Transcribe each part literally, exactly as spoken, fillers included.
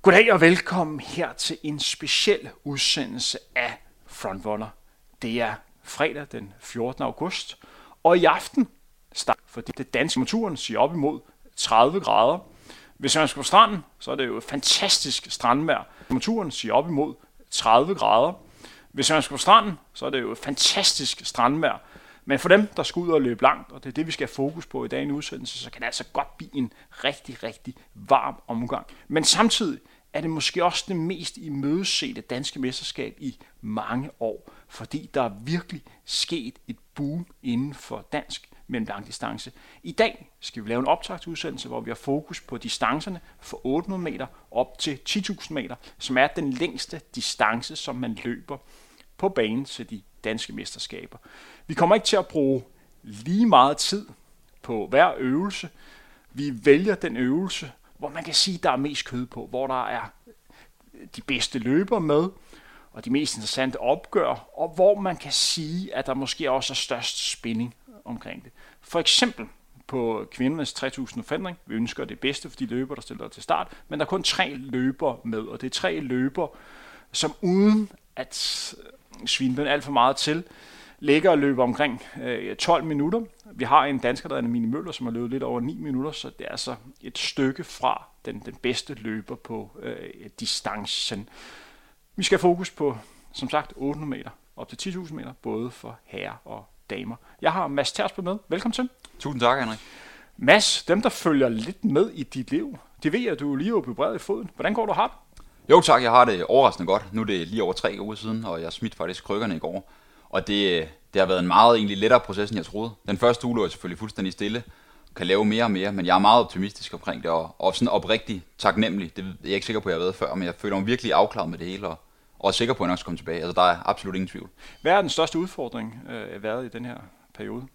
Goddag og velkommen her til en speciel udsendelse af Frontrunner. Det er fredag den fjortende august, og i aften starter, fordi det danske temperaturen siger op imod tredive grader. Hvis man skal på stranden, så er det jo et fantastisk strandvejr. Temperaturen siger op imod tredive grader. Hvis man skal på stranden, så er det jo et fantastisk strandvejr. Men for dem, der skal ud og løbe langt, og det er det, vi skal have fokus på i dagens udsendelse, så kan det altså godt blive en rigtig, rigtig varm omgang. Men samtidig er det måske også det mest imødesete danske mesterskab i mange år, fordi der er virkelig sket et boom inden for dansk mellemlangdistance. I dag skal vi lave en optagsudsendelse, hvor vi har fokus på distancerne fra otte hundrede meter op til ti tusind meter, som er den længste distance, som man løber på banen til de danske mesterskaber. Vi kommer ikke til at bruge lige meget tid på hver øvelse. Vi vælger den øvelse, hvor man kan sige, der er mest kød på, hvor der er de bedste løbere med, og de mest interessante opgør, og hvor man kan sige, at der måske også er størst spænding omkring det. For eksempel på kvindernes tre tusind forhindring. Vi ønsker det bedste for de løbere, der stiller til start, men der er kun tre løbere med, og det er tre løbere, som uden at svine den alt for meget til, ligger og løber omkring øh, tolv minutter. Vi har en dansker, der er Mini Møller, som har løbet lidt over ni minutter, så det er altså et stykke fra den, den bedste løber på øh, distancen. Vi skal have fokus på, som sagt, otte hundrede meter op til ti tusind meter, både for herrer og damer. Jeg har Mads Tersbøl med. Velkommen til. Tusind tak, Henrik. Mads, dem der følger lidt med i dit liv, de ved, at du lige er opereret i foden. Hvordan går du har det? Jo tak, jeg har det overraskende godt. Nu er det lige over tre uger siden, og jeg smidt faktisk krykkerne i går. Og det, det har været en meget egentlig lettere proces, end jeg troede. Den første uge lå jeg selvfølgelig fuldstændig stille, kan lave mere og mere, men jeg er meget optimistisk omkring det, og, og sådan oprigtigt taknemmelig. Det er jeg ikke sikker på, at jeg har været før, men jeg føler mig virkelig afklaret med det hele, og, og er sikker på, at jeg nok skal komme tilbage. Altså, der er absolut ingen tvivl. Hvad er den største udfordring øh, været i den her periode?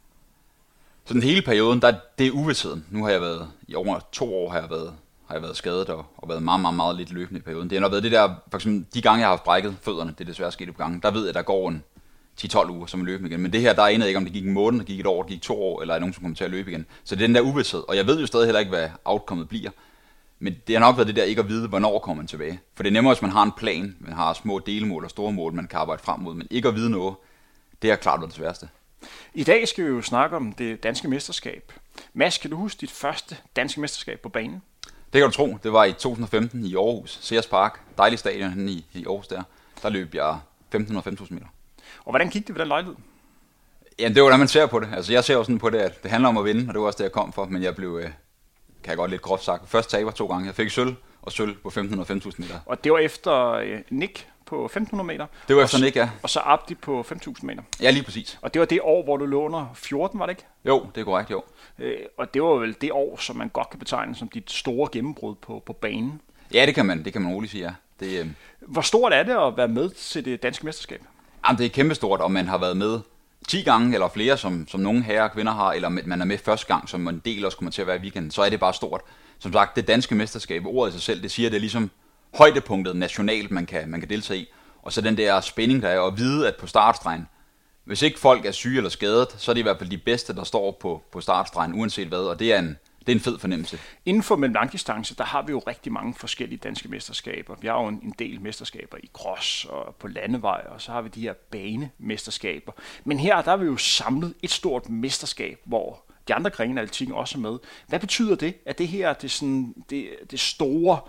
Så den hele perioden, der, det er uvidstheden. Nu har jeg været, i over to år har jeg været, har jeg været skadet, og, og været meget, meget, meget lidt løbende i perioden. Det har nok været det der, for eksempel de gange, jeg har haft brækket fødderne, det er desværre sket et par gange, der ved jeg, at der går en ti til tolv uger, som er løbende igen. Men det her, der anede ikke, om det gik en måned, gik et år, gik to år, eller er nogen, som kommer til at løbe igen. Så det er den der uvidsthed, og jeg ved jo stadig heller ikke, hvad outcomet bliver. Men det har nok været det der ikke at vide, hvornår kommer man tilbage. For det er nemmere, hvis man har en plan, man har små delmål og store mål, man kan arbejde frem mod, men ikke at vide noget, det er klart det sværeste. I dag skal vi jo snakke om det danske mesterskab. Mads, kan du huske dit første danske mesterskab på banen? Det kan du tro. Det var i to tusind og femten i Aarhus, Sears Park, dejlig stadion henne i, i Aarhus der. Der løb jeg femten hundrede og fem tusind meter. Og hvordan gik det ved den lejlighed? Jamen, det var, hvordan man ser på det. Altså, jeg ser jo sådan på det, at det handler om at vinde, og det var også det, jeg kom for. Men jeg blev, kan jeg godt lidt groft sagt, først taber to gange. Jeg fik sølv og sølv på femten hundrede og fem tusind meter. Og det var efter øh, Nick på femten hundrede meter? Det var efter Nick, ja. Og så Abdi på fem tusind meter? Ja, lige præcis. Og det var det år, hvor du lå under fjorten, var det ikke? Jo, det er korrekt, jo. Øh, og det var vel det år, som man godt kan betegne som dit store gennembrud på, på banen? Ja, det kan man, det kan man roligt sige, ja. Det, øh... Hvor stort er det at være med til det danske mesterskab? Jamen, det er kæmpestort, og man har været med ti gange eller flere, som, som nogle herrer og kvinder har, eller man er med første gang, som en del også kommer til at være i weekenden, så er det bare stort. Som sagt, det danske mesterskab, ordet i sig selv, det siger, det er ligesom højdepunktet nationalt, man kan, man kan deltage i. Og så den der spænding, der er at vide, at på startstregen, hvis ikke folk er syge eller skadet, så er det i hvert fald de bedste, der står på, på startstregen, uanset hvad, og det er en, det er en fed fornemmelse. Inden for mellemlangdistance, der har vi jo rigtig mange forskellige danske mesterskaber. Vi har jo en, en del mesterskaber i cross og på landevej, og så har vi de her banemesterskaber. Men her der har vi jo samlet et stort mesterskab, hvor de andre grene af atletikken også er med. Hvad betyder det? At det her det, sådan, det, det store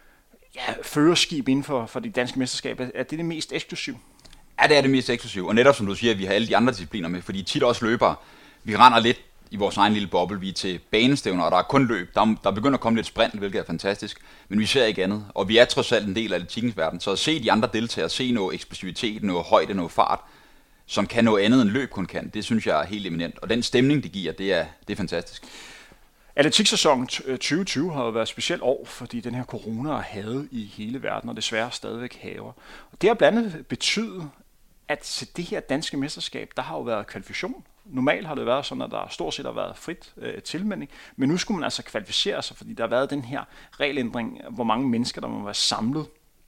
ja, førerskib inden for, for de danske mesterskaber, er det det mest eksklusive? Ja, det er det mest eksklusive. Og netop som du siger, at vi har alle de andre discipliner med, fordi tit også løbere, vi render lidt i vores egen lille boble, vi er til banestævner, og der er kun løb. Der, der begynder at komme lidt sprint, hvilket er fantastisk, men vi ser ikke andet. Og vi er trods alt en del af atletikkens verden, så at se de andre deltagere, se noget eksplosivitet, noget højde, noget fart, som kan noget andet end løb kun kan, det synes jeg er helt eminent. Og den stemning, det giver, det er, det er fantastisk. Atletiksæsonen tyve tyve har jo været et specielt år, fordi den her corona har hadet i hele verden, og desværre stadigvæk haver. Og det har blandt andet betydet, at til det her danske mesterskab, der har jo været kvalifikation. Normalt har det været sådan, at der stort set har været frit øh, tilmelding, men nu skulle man altså kvalificere sig, fordi der har været den her regelændring, hvor mange mennesker, der må være samlet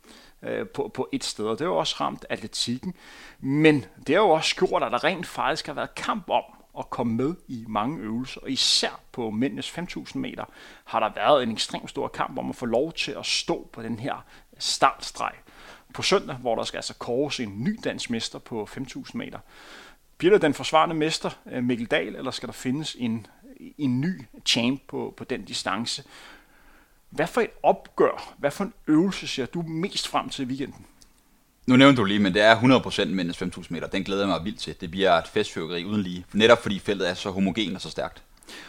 øh, på, på et sted, og det har jo også ramt atletikken. Men det har jo også gjort, at der rent faktisk har været kamp om at komme med i mange øvelser, og især på mændenes fem tusind meter har der været en ekstremt stor kamp om at få lov til at stå på den her startstreg på søndag, hvor der skal altså kåres en ny dansk mester på fem tusind meter. Bliver det den forsvarende mester, Mikkel Dahl, eller skal der findes en, en ny champ på, på den distance? Hvad for et opgør, hvad for en øvelse ser du mest frem til i weekenden? Nu nævnte du lige, men det er hundrede procent mændenes fem tusind meter. Den glæder jeg mig vildt til. Det bliver et festfyrkeri uden lige. Netop fordi feltet er så homogen og så stærkt.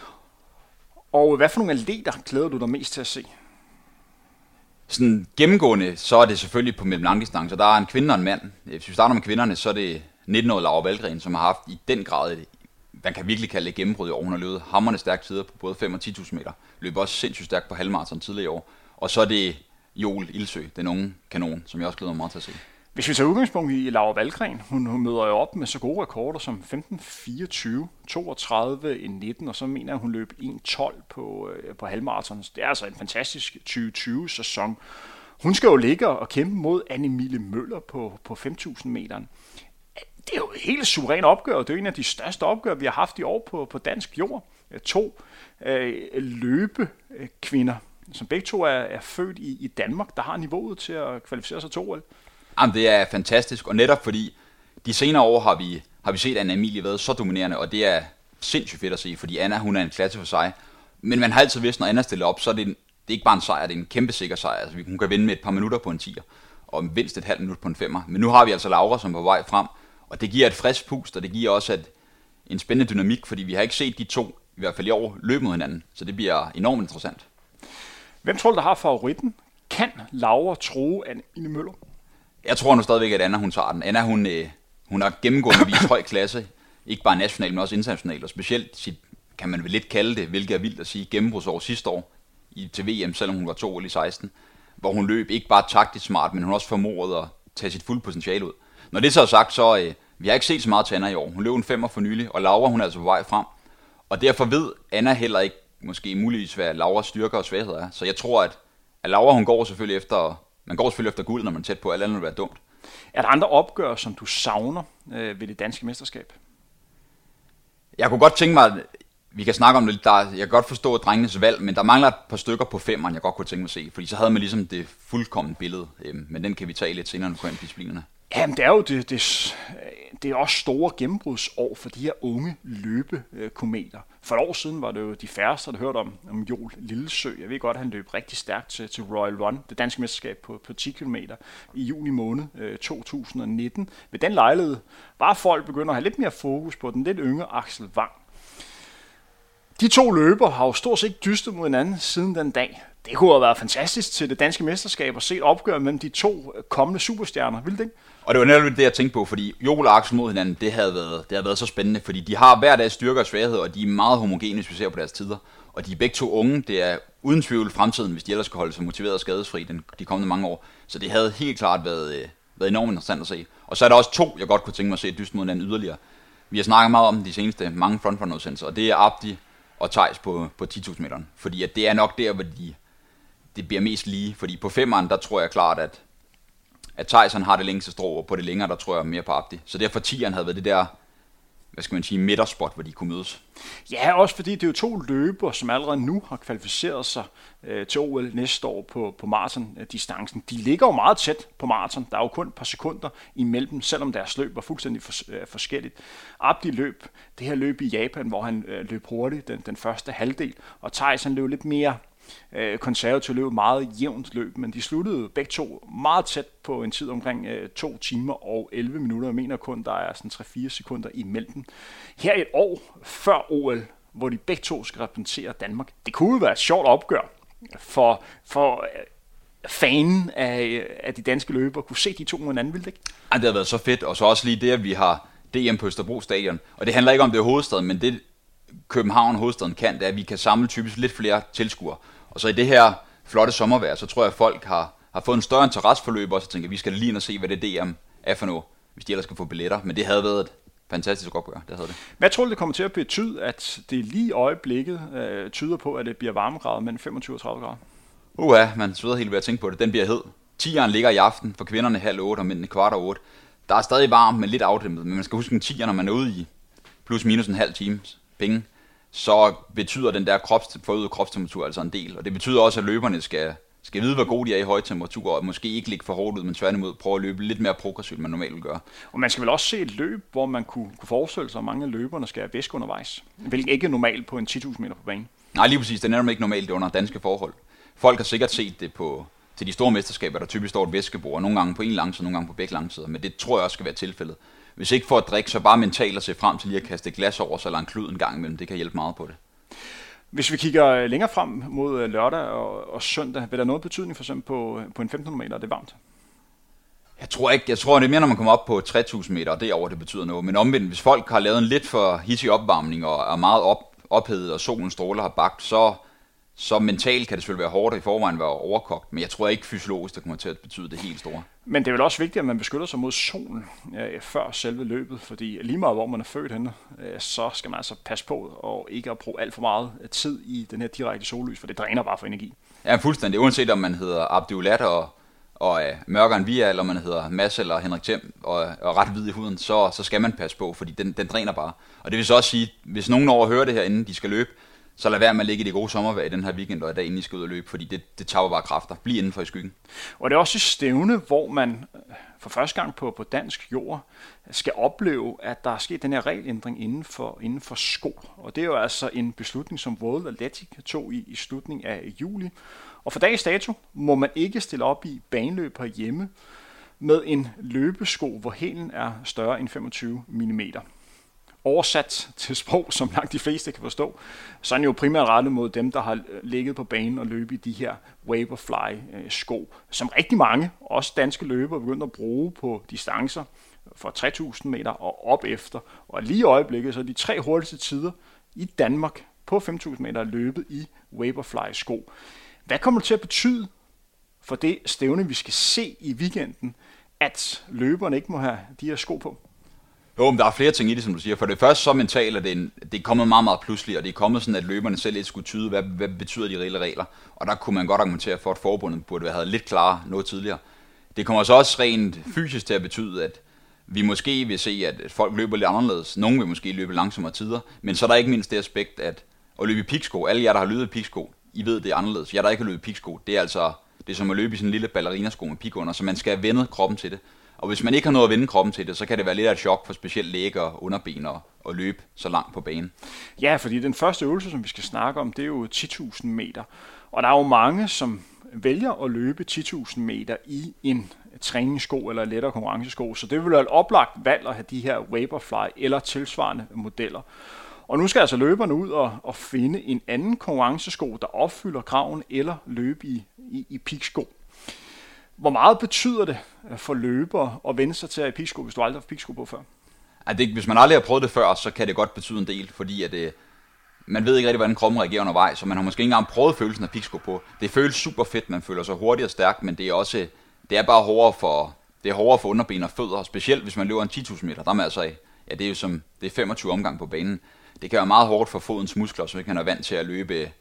Og hvad for nogle atleter glæder du dig mest til at se? Sådan gennemgående, så er det selvfølgelig på mellemlangdistance. Der er en kvinde og en mand. Hvis vi starter med kvinderne, så er det nitten-årige Laura Wahlgren, som har haft i den grad, man kan virkelig kalde det gennembrud i år. Hun har løbet hamrende stærkt tider på både fem og ti tusind meter. Løb også sindssygt stærkt på halvmarathon tidligere i år. Og så er det Joel Ilsø, den unge kanon, som jeg også glæder mig meget til at se. Hvis vi tager udgangspunkt i Laura Wahlgren, hun, hun møder jo op med så gode rekorder som femten fireogtyve, toogtredive nitten, og så mener jeg, hun løb en tolv på, øh, på halvmarathon. Det er altså en fantastisk tyve tyve-sæson. Hun skal jo ligge og kæmpe mod Anne-Mille Møller på, på fem tusind meteren. Det er jo et helt suverænt opgør, og det er en af de største opgør, vi har haft i år på, på dansk jord. To øh, løbekvinder, som begge to er, er født i, i Danmark, der har niveauet til at kvalificere sig til O L. Jamen, det er fantastisk, og netop fordi de senere år har vi, har vi set Anna-Emilie været så dominerende, og det er sindssygt fedt at se, fordi Anna, hun er en klasse for sig. Men man har altid vidst, når Anna stiller op, så er det, en, det er ikke bare en sejr, det er en kæmpe sikker sejr. Altså, hun kan vinde med et par minutter på en tier, og mindst et halvt minut på en femmer. Men nu har vi altså Laura, som er på vej frem, og det giver et frisk pust, og det giver også et, en spændende dynamik, fordi vi har ikke set de to, i hvert fald i år, løbe mod hinanden. Så det bliver enormt interessant. Hvem tror du, der har favoritten? Kan Laura true Anne-Mille Møller? Jeg tror nu stadigvæk, at Anna, hun tager den. Anna, hun, øh, hun har gennemgående vist høj klasse, ikke bare nationalt, men også internationalt, og specielt sit, kan man vel lidt kalde det, hvilket er vildt at sige, gennembrudsår sidste år i, til V M, selvom hun var to år i seksten, hvor hun løb ikke bare taktisk smart, men hun også formåede at tage sit fulde potentiale ud. Når det så er sagt, så øh, vi har ikke set så meget til Anna i år. Hun løb en femmer for nylig, og Laura, hun er altså på vej frem. Og derfor ved Anna heller ikke, måske muligvis, hvad Lauras styrker og svagheder er. Så jeg tror, at, at Laura, hun går selvfølgelig efter... Man går selvfølgelig efter guld, når man er tæt på, alt andet vil være dumt. Er der andre opgør, som du savner øh, ved det danske mesterskab? Jeg kunne godt tænke mig, vi kan snakke om det lidt, der, jeg kan godt forstå drengenes valg, men der mangler et par stykker på femmeren, jeg godt kunne tænke mig at se, fordi så havde man ligesom det fuldkommen billede, øh, men den kan vi tage lidt senere, når vi kommer ind i disciplinerne. Jamen, det er jo det, det, det er også store gennembrudsår for de her unge løbekometer. For et år siden var det jo de færreste, der hørte om, om Joel Lillesø. Jeg ved godt, at han løb rigtig stærkt til, til Royal Run, det danske mesterskab på, på ti kilometer, i juni måned øh, to tusind nitten. Ved den lejlighed var folk begynder at have lidt mere fokus på den lidt yngre Axel Wang. De to løber har jo stort set dystet mod hinanden siden den dag. Det kunne have været fantastisk til det danske mesterskab at se et opgør mellem de to kommende superstjerner, ville det ikke? Og det var netop det, jeg tænkte på, fordi Joel og Axel mod hinanden, det havde været, det havde været så spændende, fordi de har hver deres styrker og svagheder, og de er meget homogene, hvis vi ser på deres tider. Og de er begge to unge, det er uden tvivl fremtiden, hvis de ellers skal holde sig motiveret og skadesfri den, de kommende mange år. Så det havde helt klart været, været enormt interessant at se. Og så er der også to, jeg godt kunne tænke mig at se dyst mod hinanden yderligere. Vi har snakket meget om de seneste mange frontrunner-udsendelser, og det er Abdi og Theis på, på ti tusind meteren. Fordi at det er nok der, hvor de, det bliver mest lige. Fordi på femmeren, der tror jeg klart, at, at Theis har det længste strå, og på det længere, der tror jeg mere på Abdi. Så derfor tieren havde været det der, hvad skal man sige, midterspot, hvor de kunne mødes. Ja, også fordi det er jo to løber, som allerede nu har kvalificeret sig øh, til O L næste år på, på maratondistancen. De ligger jo meget tæt på maraton. Der er jo kun et par sekunder imellem, selvom deres løb var fuldstændig for, øh, forskelligt. Abdi løb det her løb i Japan, hvor han øh, løb hurtigt den, den første halvdel, og Theis han løb lidt mere øh, konservativt, løb meget jævnt løb, men de sluttede begge to meget tæt på en tid omkring øh, to timer og elleve minutter. Jeg mener kun, der er sådan tre fire sekunder imellem. Her et år før O L, hvor de begge to skal repræsentere Danmark. Det kunne jo være et sjovt opgør for, for fanen af, af de danske løbere. Kunne se de to mod hinanden, ville det ikke? Ja, det har været så fedt, og så også lige det, at vi har D M på Østerbro Stadion. Og det handler ikke om, det er hovedstaden, men det København hovedstaden kan, det er, at vi kan samle typisk lidt flere tilskuere. Og så i det her flotte sommervejr, så tror jeg, at folk har, har fået en større interesse for løb, og så tænker, at vi skal lige ind og se, hvad det D M er for noget, hvis de ellers skal få billetter. Men det havde været et fantastisk opgør, det havde det. Hvad tror du, det kommer til at betyde, at det lige i øjeblikket øh, tyder på, at det bliver varmegrader mellem femogtyve og tredive grader? Uha, man sveder helt ved at tænke på det. Den bliver hed. Tieren ligger i aften for kvinderne halv otte og mændene kvart og otte. Der er stadig varmt, men lidt afdæmpet. Men man skal huske en tier, når man er ude i plus minus en halv times penge, så betyder den der krops, forøget kropstemperatur altså en del. Og det betyder også, at løberne skal, skal vide, hvor gode de er i høje temperaturer, og måske ikke ligge for hårdt ud, men tværtimod prøve at løbe lidt mere progressivt, end man normalt vil gøre. Og man skal vel også se et løb, hvor man kunne, kunne forestille sig, at mange af løberne skal have væske undervejs, hvilket ikke er normalt på en ti tusind meter på banen. Nej, lige præcis. Det er nemlig ikke normalt under danske forhold. Folk har sikkert set det på til de store mesterskaber, der typisk står et væskebord, nogle gange på en langside, nogle gange på begge langsider, men det tror jeg også skal være tilfældet. Hvis ikke for at drikke, så bare mentalt at se frem til lige at kaste et glas over, så eller en klud en gang imellem, det kan hjælpe meget på det. Hvis vi kigger længere frem mod lørdag og, og søndag, vil der noget betydning for eksempel på, på en femten hundrede meter, det er varmt? Jeg tror ikke, jeg tror det er mere, når man kommer op på tre tusind meter, og derover det betyder noget. Men omvendt, hvis folk har lavet en lidt for hissig opvarmning og er meget op, ophedet, og solen stråler har bagt, så Så mentalt kan det selvfølgelig være hårdt i forvejen være overkogt, men jeg tror ikke fysiologisk, det kommer til at betyde det helt store. Men det er vel også vigtigt, at man beskytter sig mod solen øh, før selve løbet, fordi lige meget hvor man er født henne, øh, så skal man altså passe på og ikke at bruge alt for meget tid i den her direkte sollys, for det dræner bare for energi. Ja, fuldstændig. Uanset om man hedder Abdullah og, og øh, mørkere end vi er, eller man hedder Mads eller Henrik Thiem og, og ret hvid i huden, så, så skal man passe på, fordi den, den dræner bare. Og det vil så også sige, hvis nogen overhører det her, inden de skal løbe, så lad være med at ligge i det gode sommervejr i den her weekend, og i dag inden I skal ud og løbe, fordi det, det tager bare kræfter. Bliv indenfor i skyggen. Og det er også et stævne, hvor man for første gang på, på dansk jord skal opleve, at der er sket den her regelændring inden for, inden for sko. Og det er jo altså en beslutning, som World Athletics tog i, i slutningen af juli. Og for dags dato må man ikke stille op i baneløb herhjemme med en løbesko, hvor hælen er større end femogtyve millimeter. Oversat til sprog, som langt de fleste kan forstå, så er den jo primært rettet mod dem, der har ligget på banen og løbet i de her Vaporfly-sko, som rigtig mange, også danske løbere, begynder at bruge på distancer fra tre tusind meter og op efter. Og lige i øjeblikket, så er de tre hurtigste tider i Danmark på fem tusind meter løbet i Vaporfly-sko. Hvad kommer det til at betyde for det stævne, vi skal se i weekenden, at løberne ikke må have de her sko på? Jo, men der er flere ting i det, som du siger. For det første så mentalt, at det, en, det er kommet meget, meget pludseligt, og det er kommet sådan, at løberne selv ikke skulle tyde, hvad, hvad betyder de reelle regler. Og der kunne man godt argumentere for, at forbundet burde have lidt klarere noget tidligere. Det kommer så også rent fysisk til at betyde, at vi måske vil se, at folk løber lidt anderledes. Nogle vil måske løbe langsommere tider, men så er der ikke mindst det aspekt, at at løbe i piksko, alle jer, der har løbet i piksko, I ved, det er anderledes. Jeg, der ikke har løbet i piksko, det er altså det er som at løbe i sådan en lille ballerinasko med pik under, så man skal have vendet kroppen til det. Og hvis man ikke har noget at vende kroppen til det, så kan det være lidt af et chok for specielt læger, underben og, og løbe så langt på banen. Ja, fordi den første øvelse, som vi skal snakke om, det er jo ti tusind meter. Og der er jo mange, som vælger at løbe ti tusind meter i en træningssko eller lettere konkurrencesko. Så det vil være et oplagt valg at have de her Vaporfly eller tilsvarende modeller. Og nu skal altså løberne ud og, og finde en anden konkurrencesko, der opfylder kraven, eller løbe i, i, i piksko. Hvor meget betyder det for løbere at vende sig til at have piksko, hvis du aldrig har haft piksko på før? Ja, det, hvis man aldrig har prøvet det før, så kan det godt betyde en del, fordi at det, man ved ikke rigtig, hvordan kroppen reagerer undervejs, så man har måske ikke engang prøvet følelsen af piksko på. Det føles super fedt, man føler sig hurtigt og stærkt, men det er også det er bare hårdere for det er hårdere for underben og fødder, specielt hvis man løber en ti tusind meter. Der er man altså af, ja, det er jo som det er femogtyve omgang på banen. Det kan være meget hårdt for fodens muskler, så man er vant til at løbe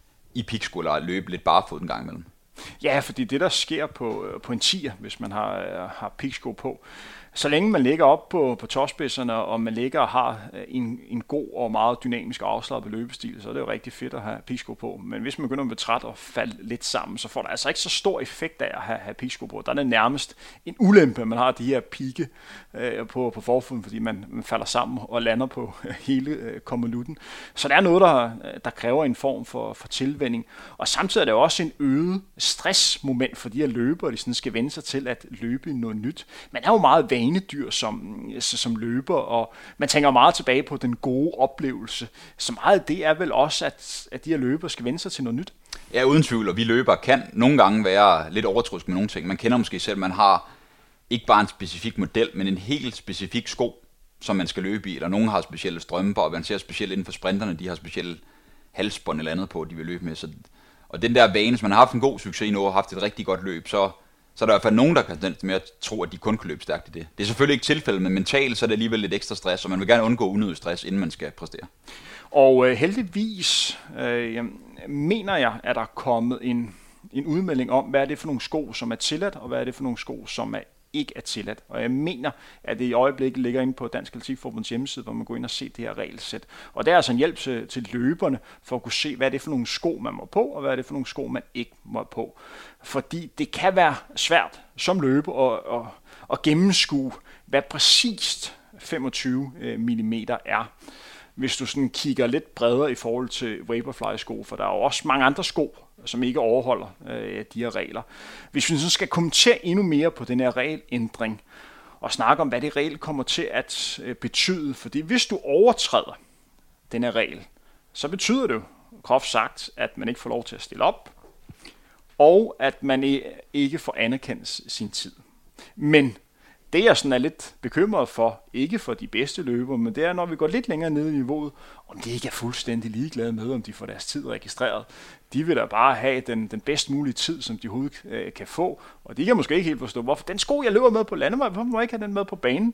i piksko eller løbe lidt barefod en gang imellem. Ja, fordi det der sker på, på en tier, hvis man har, har piksko på, så længe man ligger op på, på tåspidserne, og man ligger og har en, en god og meget dynamisk og afslappet løbestil, så er det jo rigtig fedt at have piksko på. Men hvis man begynder at blive træt og falde lidt sammen, så får der altså ikke så stor effekt af at have, have piksko på. Der er det nærmest en ulempe, man har de her pigge øh, på, på forfoden, fordi man, man falder sammen og lander på hele øh, konvolutten. Så der er noget, der, der kræver en form for, for tilvænning. Og samtidig er det også en øget stressmoment for de her løbere, de sådan skal vende sig til at løbe i noget nyt. Man er jo meget vanedyr som, som løber, og man tænker meget tilbage på den gode oplevelse. Så meget af det er vel også, at, at de her løbere skal vende sig til noget nyt. Ja, uden tvivl, og vi løbere kan nogle gange være lidt overtrusk med nogle ting. Man kender måske selv, man har ikke bare en specifik model, men en helt specifik sko, som man skal løbe i, eller nogen har specielle strømper, og man ser specielt inden for sprinterne, de har specielle halsbånd eller andet på, de vil løbe med. Så, og den der vane, hvis man har haft en god succes nu og haft et rigtig godt løb, så så er der i hvert fald nogen, der kan tendens med at tro, at de kun kan løbe stærkt i det. Det er selvfølgelig ikke tilfældet, men mentalt så er det alligevel lidt ekstra stress, og man vil gerne undgå unødig stress, inden man skal præstere. Og øh, heldigvis øh, mener jeg, at der er kommet en, en udmelding om, hvad er det for nogle sko, som er tilladt, og hvad er det for nogle sko, som er ikke er tilladt. Og jeg mener, at det i øjeblikket ligger inde på Dansk Atletikforbunds hjemmeside, hvor man går ind og ser det her regelsæt. Og det er altså en hjælp til, til løberne for at kunne se, hvad er det for nogle sko, man må på, og hvad er det for nogle sko, man ikke må på. Fordi det kan være svært som løber at, at, at gennemskue, hvad præcist femogtyve millimeter er. Hvis du sådan kigger lidt bredere i forhold til Vaporfly-sko, for der er jo også mange andre sko, som ikke overholder øh, de her regler. Hvis vi så skal kommentere endnu mere på den her regelændring, og snakke om, hvad det regel kommer til at øh, betyde, fordi hvis du overtræder den her regel, så betyder det jo, groft sagt, at man ikke får lov til at stille op, og at man ikke får anerkendt sin tid. Men det jeg sådan er lidt bekymret for, ikke for de bedste løbere, men det er, når vi går lidt længere ned i niveauet, om de ikke er fuldstændig ligeglade med, om de får deres tid registreret. De vil da bare have den, den bedst mulige tid, som de overhovedet øh, kan få, og de kan måske ikke helt forstå, hvorfor den sko, jeg løber med på landevej, hvorfor må jeg ikke have den med på banen?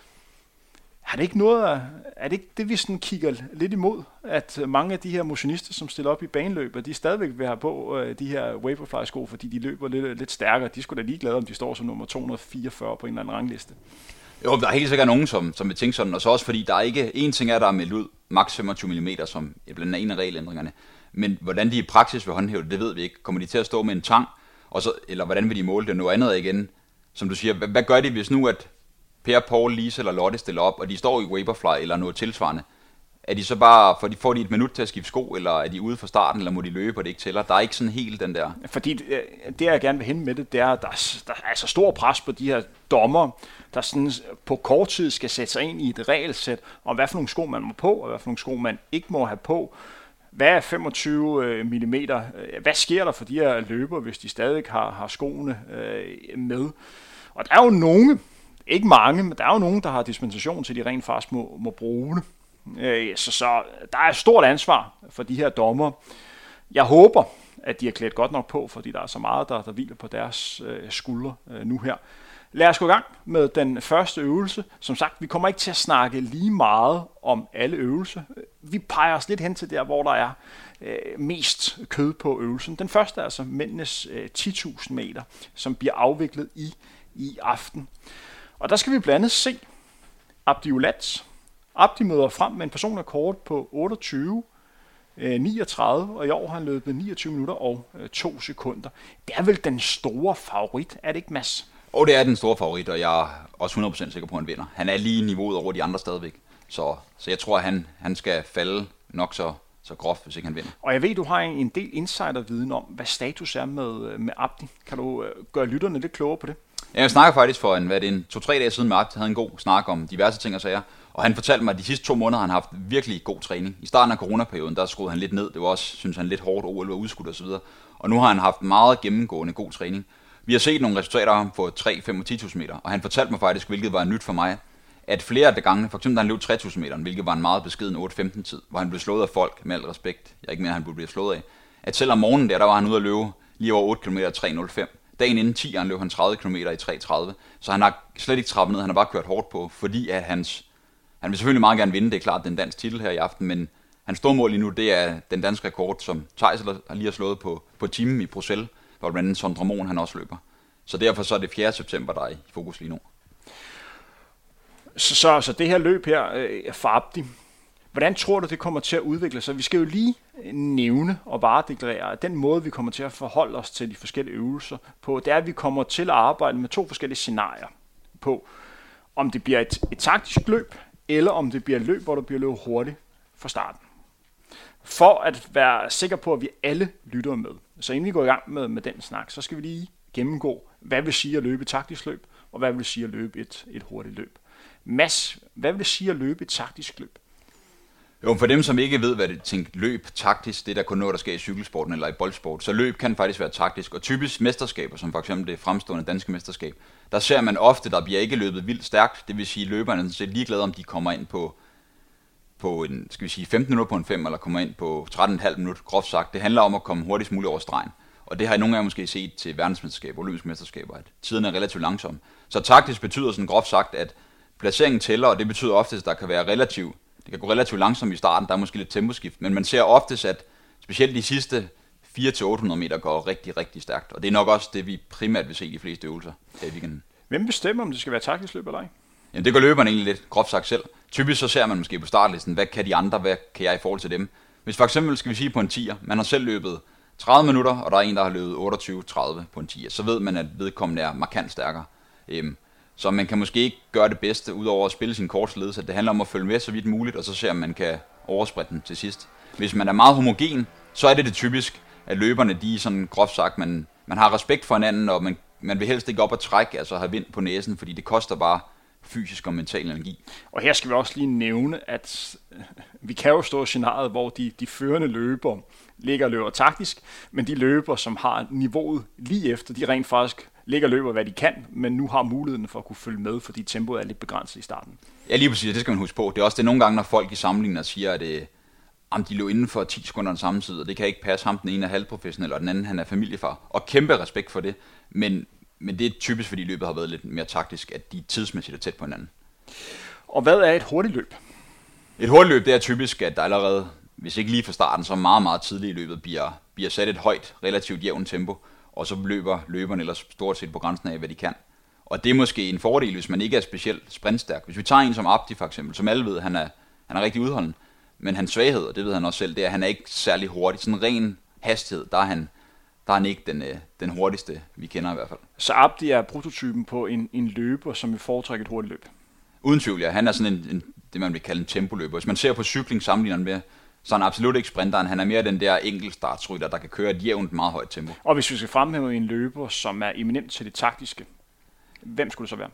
Er det ikke noget, er det ikke det, vi sådan kigger lidt imod, at mange af de her motionister, som stiller op i baneløb, de stadigvæk vil have på øh, de her Vaporfly-sko, fordi de løber lidt, lidt stærkere. De skulle da ligeglade, om de står som nummer to hundrede fireogfyrre på en eller anden rangliste. Jo, der er helt sikkert nogen, som, som vil tænke sådan, og så også fordi der er ikke, en ting er, der er meldt ud, maks femogtyve millimeter, som blandt andet en af regelændringerne, men hvordan de i praksis vil håndhæve det, det ved vi ikke. Kommer de til at stå med en tang, og så, eller hvordan vil de måle det? Noget andet igen, som du siger, hvad, hvad gør de, hvis nu, at Per, Paul, Lise eller Lotte stiller op, og de står i Vaporfly eller noget tilsvarende? Er de så bare, får de, får de et minut til at skifte sko, eller er de ude fra starten, eller må de løbe, og det ikke tæller? Der er ikke sådan helt den der... Fordi det, jeg gerne vil hen med det, det er, at der, der er altså stor pres på de her dommer, der sådan på kort tid skal sætte sig ind i et regelsæt, om hvad for nogle sko man må på, og hvad for nogle sko man ikke må have på. Hvad er femogtyve millimeter? Hvad sker der for de her løber, hvis de stadig har, har skoene øh, med? Og der er jo nogle, ikke mange, men der er jo nogen, der har dispensation til, de rent faktisk må, må bruge det. Øh, så, så der er et stort ansvar for de her dommer. Jeg håber, at de er klædt godt nok på, fordi der er så meget, der, der hviler på deres øh, skuldre øh, nu her. Lad os gå i gang med den første øvelse. Som sagt, vi kommer ikke til at snakke lige meget om alle øvelser. Vi peger os lidt hen til der, hvor der er øh, mest kød på øvelsen. Den første er altså mændenes øh, ti tusind meter, som bliver afviklet i, i aften. Og der skal vi blandt andet se Abdi Oulats. Abdi møder frem med en personrekord på otteogtyve niogtredive, og i år har han løbet niogtyve minutter og to sekunder. Det er vel den store favorit, er det ikke, Mads? Og det er den store favorit, og jeg er også hundrede procent sikker på, at han vinder. Han er lige niveauet over de andre stadigvæk, så, så jeg tror, at han, han skal falde nok så, så groft, hvis ikke han vinder. Og jeg ved, du har en del insiderviden om, hvad status er med, med Abdi. Kan du gøre lytterne lidt klogere på det? Ja, jeg snakker faktisk for en, hvad det er, en to-tre dage siden med Abdi, havde en god snak om diverse ting og sager. Og han fortalte mig, at de sidste to måneder har han haft virkelig god træning. I starten af coronaperioden, der skruede han lidt ned. Det var også, synes han, lidt hårdt, O L var udskudt og så videre. Og nu har han haft meget gennemgående god træning. Vi har set nogle resultater af ham på tre, fem og ti tusind meter. Og han fortalte mig faktisk, hvilket var nyt for mig, at flere af de gange, for eksempel da han løb tre tusind meter, hvilket var en meget beskeden otte femten tid, hvor han blev slået af folk, med al respekt, jeg ikke mener, han blev slået af, at selv om morgenen der, der var han ude at løbe lige over otte kilometer i tre nul fem. Dagen inden tieren løb han tredive kilometer i tre tredive. Så han har slet ikke trappet ned, han har bare kørt hårdt på, fordi at hans... Han vil selvfølgelig meget gerne vinde, det er klart, den dansk titel her i aften, men hans store mål lige nu, det er den danske rekord, som Theis lige har slået på, på timen i Bruxelles, hvor blandt andet Sondre Mohn, han også løber. Så derfor så er det fjerde september, der er i fokus lige nu. Så, så, så det her løb her øh, for Abdi, hvordan tror du, det kommer til at udvikle sig? Vi skal jo lige nævne og varedeklarere, at den måde, vi kommer til at forholde os til de forskellige øvelser på, det er, at vi kommer til at arbejde med to forskellige scenarier på, om det bliver et, et taktisk løb, eller om det bliver et løb, hvor der bliver løbet hurtigt fra starten. For at være sikker på, at vi alle lytter med, så inden vi går i gang med, med den snak, så skal vi lige gennemgå, hvad vil sige at løbe et taktisk løb, og hvad vil sige at løbe et, et hurtigt løb. Mads, hvad vil det sige at løbe et taktisk løb? Jo, for dem, som ikke ved, hvad det tænker løb taktisk, det er der kun noget, der sker i cykelsporten eller i boldsport, så løb kan faktisk være taktisk. Og typisk mesterskaber, som for eksempel det fremstående danske mesterskab, der ser man ofte, der bliver ikke løbet vildt stærkt. Det vil sige, at løberne er ligeglade, om de kommer ind på, på en, skal vi sige, femten minutter på en fem, eller kommer ind på tretten komma fem minutter, groft sagt. Det handler om at komme hurtigst muligt over stregen. Og det har nogle af jer måske set til verdensmesterskaber og olympiske mesterskaber, at tiden er relativt langsom. Så taktisk betyder sådan groft sagt, at placeringen tæller, og det betyder oftest, at der kan være relativt Det kan gå relativt langsomt i starten, der er måske lidt temposkift, men man ser oftest, at specielt de sidste fire til otte hundrede meter går rigtig, rigtig stærkt. Og det er nok også det, vi primært vil se i de fleste øvelser her i weekenden. Hvem bestemmer, om det skal være taktisk løb eller ej? Jamen det gør løberne egentlig lidt groft sagt selv. Typisk så ser man måske på startlisten, hvad kan de andre, hvad kan jeg i forhold til dem. Hvis for eksempel skal vi sige på en tier, man har selv løbet tredive minutter, og der er en, der har løbet otteogtyve tredive på en tier, så ved man, at vedkommende er markant stærkere. Øhm, så man kan måske ikke gøre det bedste, udover at spille sin kortslede, så det handler om at følge med så vidt muligt, og så se, om man kan oversprinte den til sidst. Hvis man er meget homogen, så er det det typisk, at løberne, de er sådan groft sagt, man, man har respekt for hinanden, og man, man vil helst ikke op og trække, altså have vind på næsen, fordi det koster bare fysisk og mental energi. Og her skal vi også lige nævne, at vi kan jo stå i scenariet, hvor de, de førende løber ligger og løber taktisk, men de løber, som har niveauet lige efter, de rent faktisk ligger og løber, hvad de kan, men nu har muligheden for at kunne følge med, fordi tempoet er lidt begrænset i starten. Ja, lige præcis, det skal man huske på. Det er også det nogle gange, når folk i sammenligninger siger, at øh, om de lå inden for ti sekunder den samme tid, og det kan ikke passe ham, den ene er halvprofessionel, og den anden han er familiefar. Og kæmpe respekt for det, men, men det er typisk, fordi løbet har været lidt mere taktisk, at de tidsmæssigt er tæt på hinanden. Og hvad er et hurtigt løb? Et hurtigt løb, det er typisk, at der allerede, hvis ikke lige fra starten, så meget, meget tidligt i løbet, bliver, bliver sat et højt, relativt jævnt tempo, og så løber løberne ellers stort set på grænsen af, hvad de kan. Og det er måske en fordel, hvis man ikke er specielt sprintstærk. Hvis vi tager en som Abdi for eksempel, som alle ved, han er, han er rigtig udholden, men hans svaghed, og det ved han også selv, det er, at han er ikke særlig hurtig. Sådan en ren hastighed, der er han, der er han ikke den, den hurtigste, vi kender i hvert fald. Så Abdi er prototypen på en, en løber, som vil foretrække et hurtigt løb? Uden tvivl, ja. Han er sådan en, en, det, man vil kalde en tempoliøber. Hvis man ser på cykling sammenlignet med, så er han absolut ikke sprinteren. Han er mere den der enkeltstartsrytter, der kan køre et jævnt, meget højt tempo. Og hvis vi skal fremhæve en løber, som er eminent til det taktiske, hvem skulle det så være?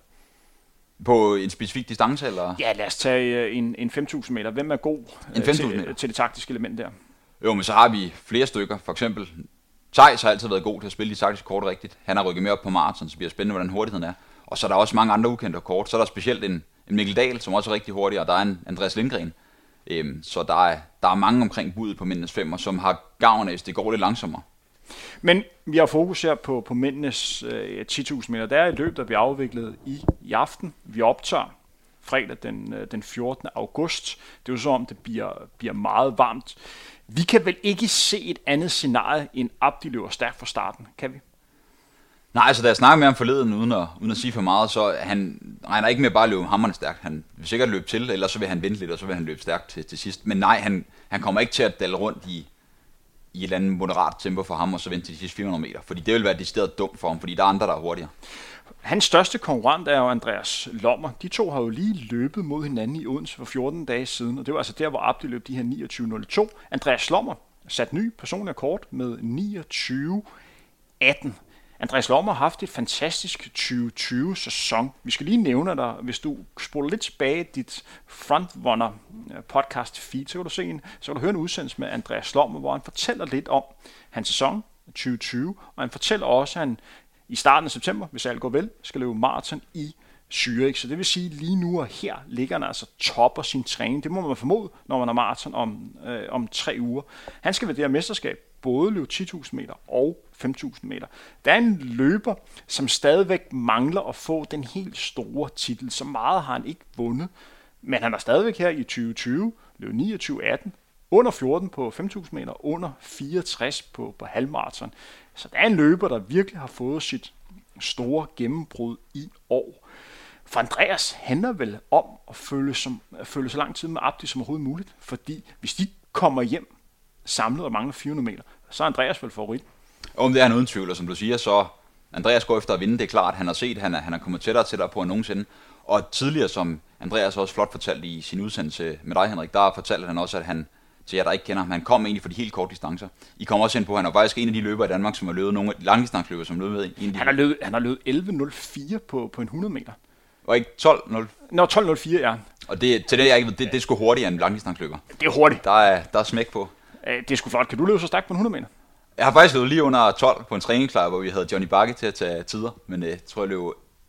På en specifik distance, eller? Ja, lad os tage en, en fem tusind meter. Hvem er god en til, til det taktiske element der? Jo, men så har vi flere stykker. For eksempel, Theis har altid været god til at spille de taktiske kort rigtigt. Han har rykket mere op på maraton, så det bliver spændende, hvordan hurtigheden er. Og så er der også mange andre ukendte kort. Så er der specielt en, en Mikkel Dahl, som også er rigtig hurtig, og der er en Andreas Lindgren. Øhm, så der er, der er mange omkring budet på mændenes femmer, som har gavn af, hvis det går lidt langsommere. Men vi har fokus her på, på mændenes øh, ti tusind meter. Der er et løb, der bliver afviklet i, i aften. Vi optager fredag den, øh, den fjortende august. Det er jo så om, det bliver, bliver meget varmt. Vi kan vel ikke se et andet scenarie end Abdi løber stærkt fra starten, kan vi? Nej, altså da jeg snakker med ham forleden, uden at, uden at sige for meget, så han regner ikke med bare at løbe hamrende stærkt. Han vil sikkert løbe til, eller så vil han vente lidt, og så vil han løbe stærkt til, til sidst. Men nej, han, han kommer ikke til at dalle rundt i, i et eller andet moderat tempo for ham, og så vente til de sidste fire hundrede meter. Fordi det vil være decideret dumt for ham, fordi der er andre, der er hurtigere. Hans største konkurrent er jo Andreas Lommer. De to har jo lige løbet mod hinanden i Odense for fjorten dage siden, og det var altså der, hvor Abdi løb de her niogtyve nul to. Andreas Lommer sat ny personlig rekord med niogtyve atten. Andreas Lommer har haft et fantastisk tyve tyve sæson. Vi skal lige nævne dig, hvis du spoler lidt tilbage dit Frontrunner podcast feed, så kan du se en, så kan du høre en udsendelse med Andreas Lommer, hvor han fortæller lidt om hans sæson tyve tyve, og han fortæller også, at han i starten af september, hvis alt går vel, skal løbe maraton i Zürich. Så det vil sige, lige nu og her ligger han altså topper sin træning. Det må man formode, når man har maraton om, øh, om tre uger. Han skal ved det her mesterskab både løbe ti tusind meter og fem tusind meter. Der er en løber, som stadigvæk mangler at få den helt store titel. Så meget har han ikke vundet. Men han er stadigvæk her i tyve tyve, løb niogtyve atten, under fjorten på fem tusind meter, under fireogtres på, på halvmaraton. Så der er en løber, der virkelig har fået sit store gennembrud i år. For Andreas handler vel om at følge, som, at følge så lang tid med Abdi som overhovedet muligt. Fordi hvis de kommer hjem samlet og mangler fire hundrede meter, så er Andreas vel favorit. Om det er han uden tvivl, og som du siger, så Andreas går efter at vinde, det er klart. Han har set, han er, han er kommet tættere og tættere på end nogensinde. Og tidligere, som Andreas også flot fortalte i sin udsendelse med dig, Henrik, der fortalte han også, at han, til jer der ikke kender ham, han kom egentlig for de helt korte distancer. I kommer også ind på, at han er faktisk en af de løbere i Danmark, som har løbet nogle langdistanceløbere, som løbet med i. Han har løbet, han har løbet elleve nul fire på, på en hundrede meter. Og ikke tolv nul? Nå, tolv nul fire, ja. Og det, til det, jeg ikke ved, det, det er sgu hurtigere end en langdistanceløber. Det er hurtigt. Der er, der er smæk på. Det er sgu flot. Kan du løbe så stærkt på en hundrede meter? Jeg har faktisk løbet lige under tolv på en træningslejr, hvor vi havde Johnny Bakke til at tage tider. Men jeg øh, tror, jeg løb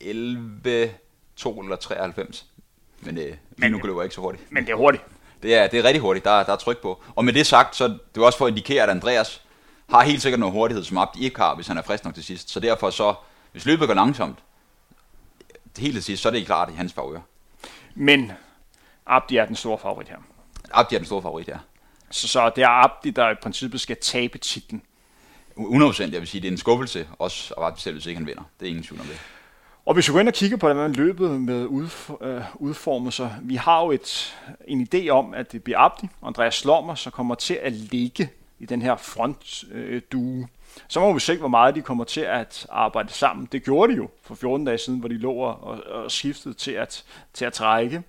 elleve to eller treoghalvfems. Men øh, lige men, nu løber jeg ikke så hurtigt. Men det er hurtigt. Det er, det er rigtig hurtigt. Der, der er tryk på. Og med det sagt, så det er også for at indikere, at Andreas har helt sikkert noget hurtighed, som Abdi ikke har, hvis han er frisk nok til sidst. Så derfor så, hvis løbet går langsomt, helt til sidst, så er det klart i hans favør. Men Abdi er den store favorit her. Abdi er den store favorit, ja. Så, så det er Abdi, der i princippet skal tabe titlen. hundrede procent, jeg vil sige, det er en skuffelse, også af Abdi selv, hvis ikke han vinder. Det er ingen tvivl om det. Og hvis vi går ind og kigger på, hvordan løbet med udformet, så vi har jo et, en idé om, at det bliver Abdi og Andreas Slommer, så kommer til at ligge i den her frontdue. Så må vi se, hvor meget de kommer til at arbejde sammen. Det gjorde de jo for fjorten dage siden, hvor de lå og, og skiftede til at, til at trække.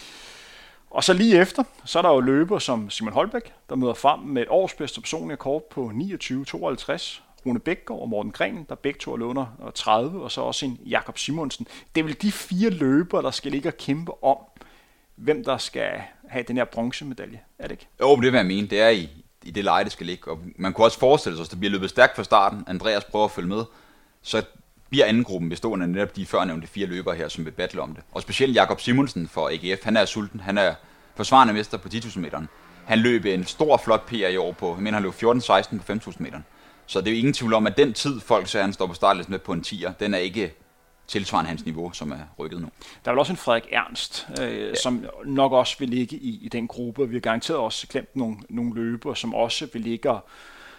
Og så lige efter, så er der jo løber som Simon Holbæk, der møder frem med et årsbedste personlige kort på niogtyve tooghalvtreds. Rune Bækgaard og Morten Gren, der begge to er under tredive, og så også en Jakob Simonsen. Det er vel de fire løbere, der skal ligge og kæmpe om, hvem der skal have den her bronzemedalje. Er det ikke? Jo, det vil jeg mene. Det er i, i det leje, det skal ligge. Og man kunne også forestille sig, at der bliver løbet stærkt fra starten. Andreas prøver at følge med. Så bliver anden gruppen bestående af netop de førnævnte fire løbere her, som vil battle om det. Og specielt Jakob Simonsen for A G F. Han er sulten. Han er forsvarende mester på ti tusind meteren. Han løb en stor, flot P R i år på, jeg mener, han løb fjorten seksten på fem tusind meteren. Så det er jo ingen tvivl om, at den tid, folk ser, han står på startlisten med på en tier, den er ikke tilsvarende hans niveau, som er rykket nu. Der er vel også en Frederik Ernst, øh, ja. som nok også vil ligge i, i den gruppe. Vi har garanteret også glemt nogle, nogle løbere, som også vil ligge og,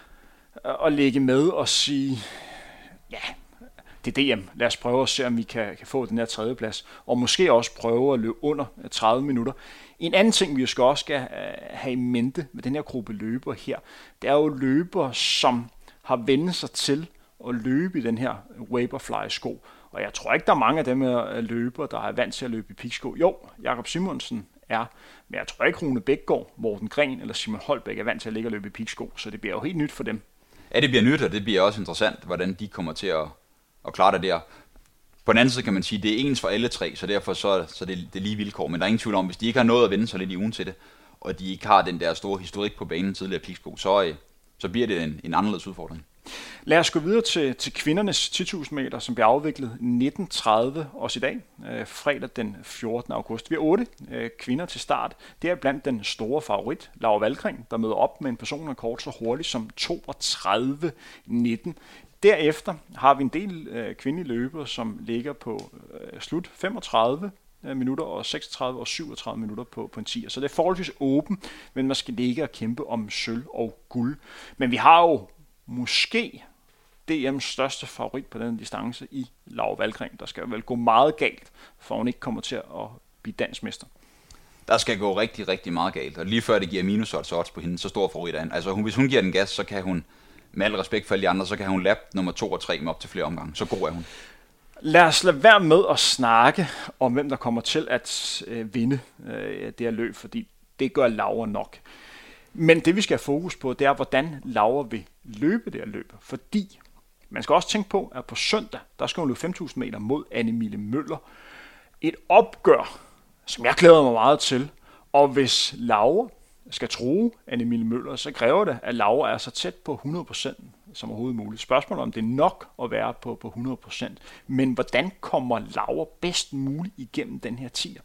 og ligge med og sige, ja, det er D M. Lad os prøve at se, om vi kan, kan få den her tredjeplads. Og måske også prøve at løbe under tredive minutter. En anden ting, vi skal også skal have i mente med den her gruppe løbere her, det er jo løbere, som har vendt sig til at løbe i den her Vaporfly-sko. Og jeg tror ikke, der er mange af dem her løbere, der er vant til at løbe i pigsko. Jo, Jakob Simonsen er, men jeg tror ikke, Rune Bækgaard, Morten Gren eller Simon Holbæk er vant til at ligge og løbe i pigsko, så det bliver jo helt nyt for dem. Ja, det bliver nyt, og det bliver også interessant, hvordan de kommer til at, at klare det der. På den anden side kan man sige, at det er ens for alle tre, så derfor så, så det, det er lige vilkår. Men der er ingen tvivl om, hvis de ikke har nået at vende sig lidt i ugen til det, og de ikke har den der store historik på banen tidligere pigsko, så, så bliver det en, en anderledes udfordring. Lad os gå videre til, til kvindernes ti tusind meter, som bliver afviklet nitten tredive også i dag, øh, fredag den fjortende august. Vi har otte øh, kvinder til start. Det er blandt den store favorit, Laura Valgren, der møder op med en personrekord så hurtigt som toogtredive nitten. Derefter har vi en del øh, kvindelige løbere, som ligger på øh, slut femogtredive minutter og seksogtredive og syvogtredive minutter på, på en tier. Så det er forholdsvis åben, men man skal ligge og kæmpe om sølv og guld. Men vi har jo måske D M's største favorit på den distance i Laura Valgren. Der skal vel gå meget galt, for hun ikke kommer til at blive dansk mester. Der skal gå rigtig, rigtig meget galt. Og lige før det giver minus odds på hende, så stor favorit er han. Altså hun, hvis hun giver den gas, så kan hun, med al respekt for alle de andre, så kan hun lappe nummer to og tre med op til flere omgange. Så god er hun. Lad os lade være med at snakke om, hvem der kommer til at øh, vinde øh, det her løb, fordi det gør Laura nok. Men det vi skal have fokus på, det er, hvordan Laura vil løbe det her løb. Fordi man skal også tænke på, at på søndag, der skal hun løbe fem tusind meter mod Anne-Mille Møller. Et opgør, som jeg glæder mig meget til. Og hvis Laura skal true Anne-Mille Møller, så kræver det, at Laura er så tæt på hundrede procent som overhovedet muligt. Spørgsmålet om det er nok at være på, på hundrede procent. Men hvordan kommer Laura bedst muligt igennem den her tier?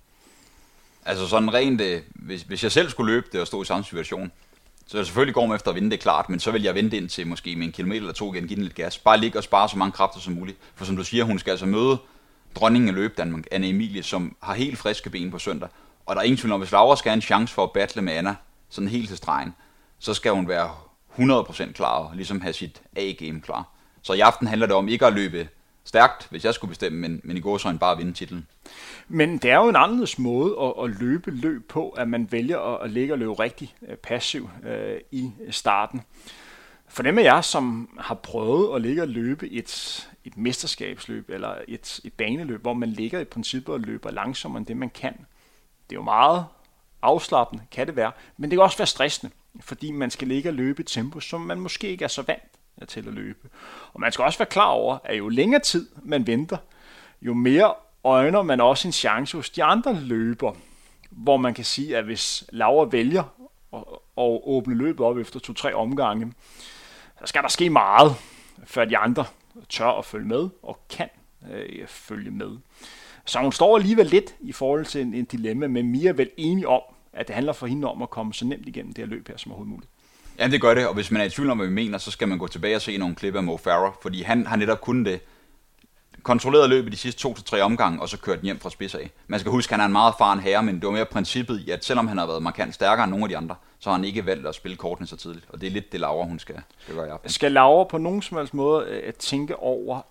Altså sådan rent, øh, hvis, hvis jeg selv skulle løbe det og stå i samme situation, så jeg selvfølgelig går med efter at vinde det klart, men så vil jeg vente ind til måske med en kilometer eller to igen, give den lidt gas. Bare ligge og spare så mange kræfter som muligt. For som du siger, hun skal altså møde dronningen af løb Danmark, Anne Emilie, som har helt friske ben på søndag. Og der er ingen tvivl om, hvis Laura skal have en chance for at battle med Anna, sådan helt til stregen, så skal hun være hundrede procent klar og ligesom have sit A-game klar. Så i aften handler det om ikke at løbe stærkt, hvis jeg skulle bestemme, men, men i går så en bare vinde titlen. Men det er jo en anderledes måde at, at løbe løb på, at man vælger at, at ligge og løbe rigtig uh, passiv uh, i starten. For dem af jer, som har prøvet at ligge og løbe et, et mesterskabsløb eller et, et baneløb, hvor man ligger i princippet og løber langsommere end det, man kan. Det er jo meget afslappende, kan det være, men det kan også være stressende, fordi man skal ligge og løbe et tempo, som man måske ikke er så vant til at løbe. Og man skal også være klar over, at jo længere tid man venter, jo mere øjner man også en chance hos de andre løber, hvor man kan sige, at hvis Laura vælger at, at åbne løbet op efter to-tre omgange, så skal der ske meget, før de andre tør at følge med og kan øh, følge med. Så hun står alligevel lidt i forhold til en, en dilemma, men Mia er vel enig om, at det handler for hende om at komme så nemt igennem det her løb her som overhovedet muligt. Ja, det gør det, og hvis man er i tvivl om, hvad vi mener, så skal man gå tilbage og se nogle klip af Mo Farah, fordi han har netop kun det kontrolleret løbet de sidste to til tre omgange, og så kørt den hjem fra spids af. Man skal huske, at han er en meget erfaren herre, men det var mere princippet i, at selvom han har været markant stærkere end nogle af de andre, så har han ikke valgt at spille kortene så tidligt, og det er lidt det Laura, hun skal, skal gøre i aften. Skal Laura på nogen som helst måde at tænke over, at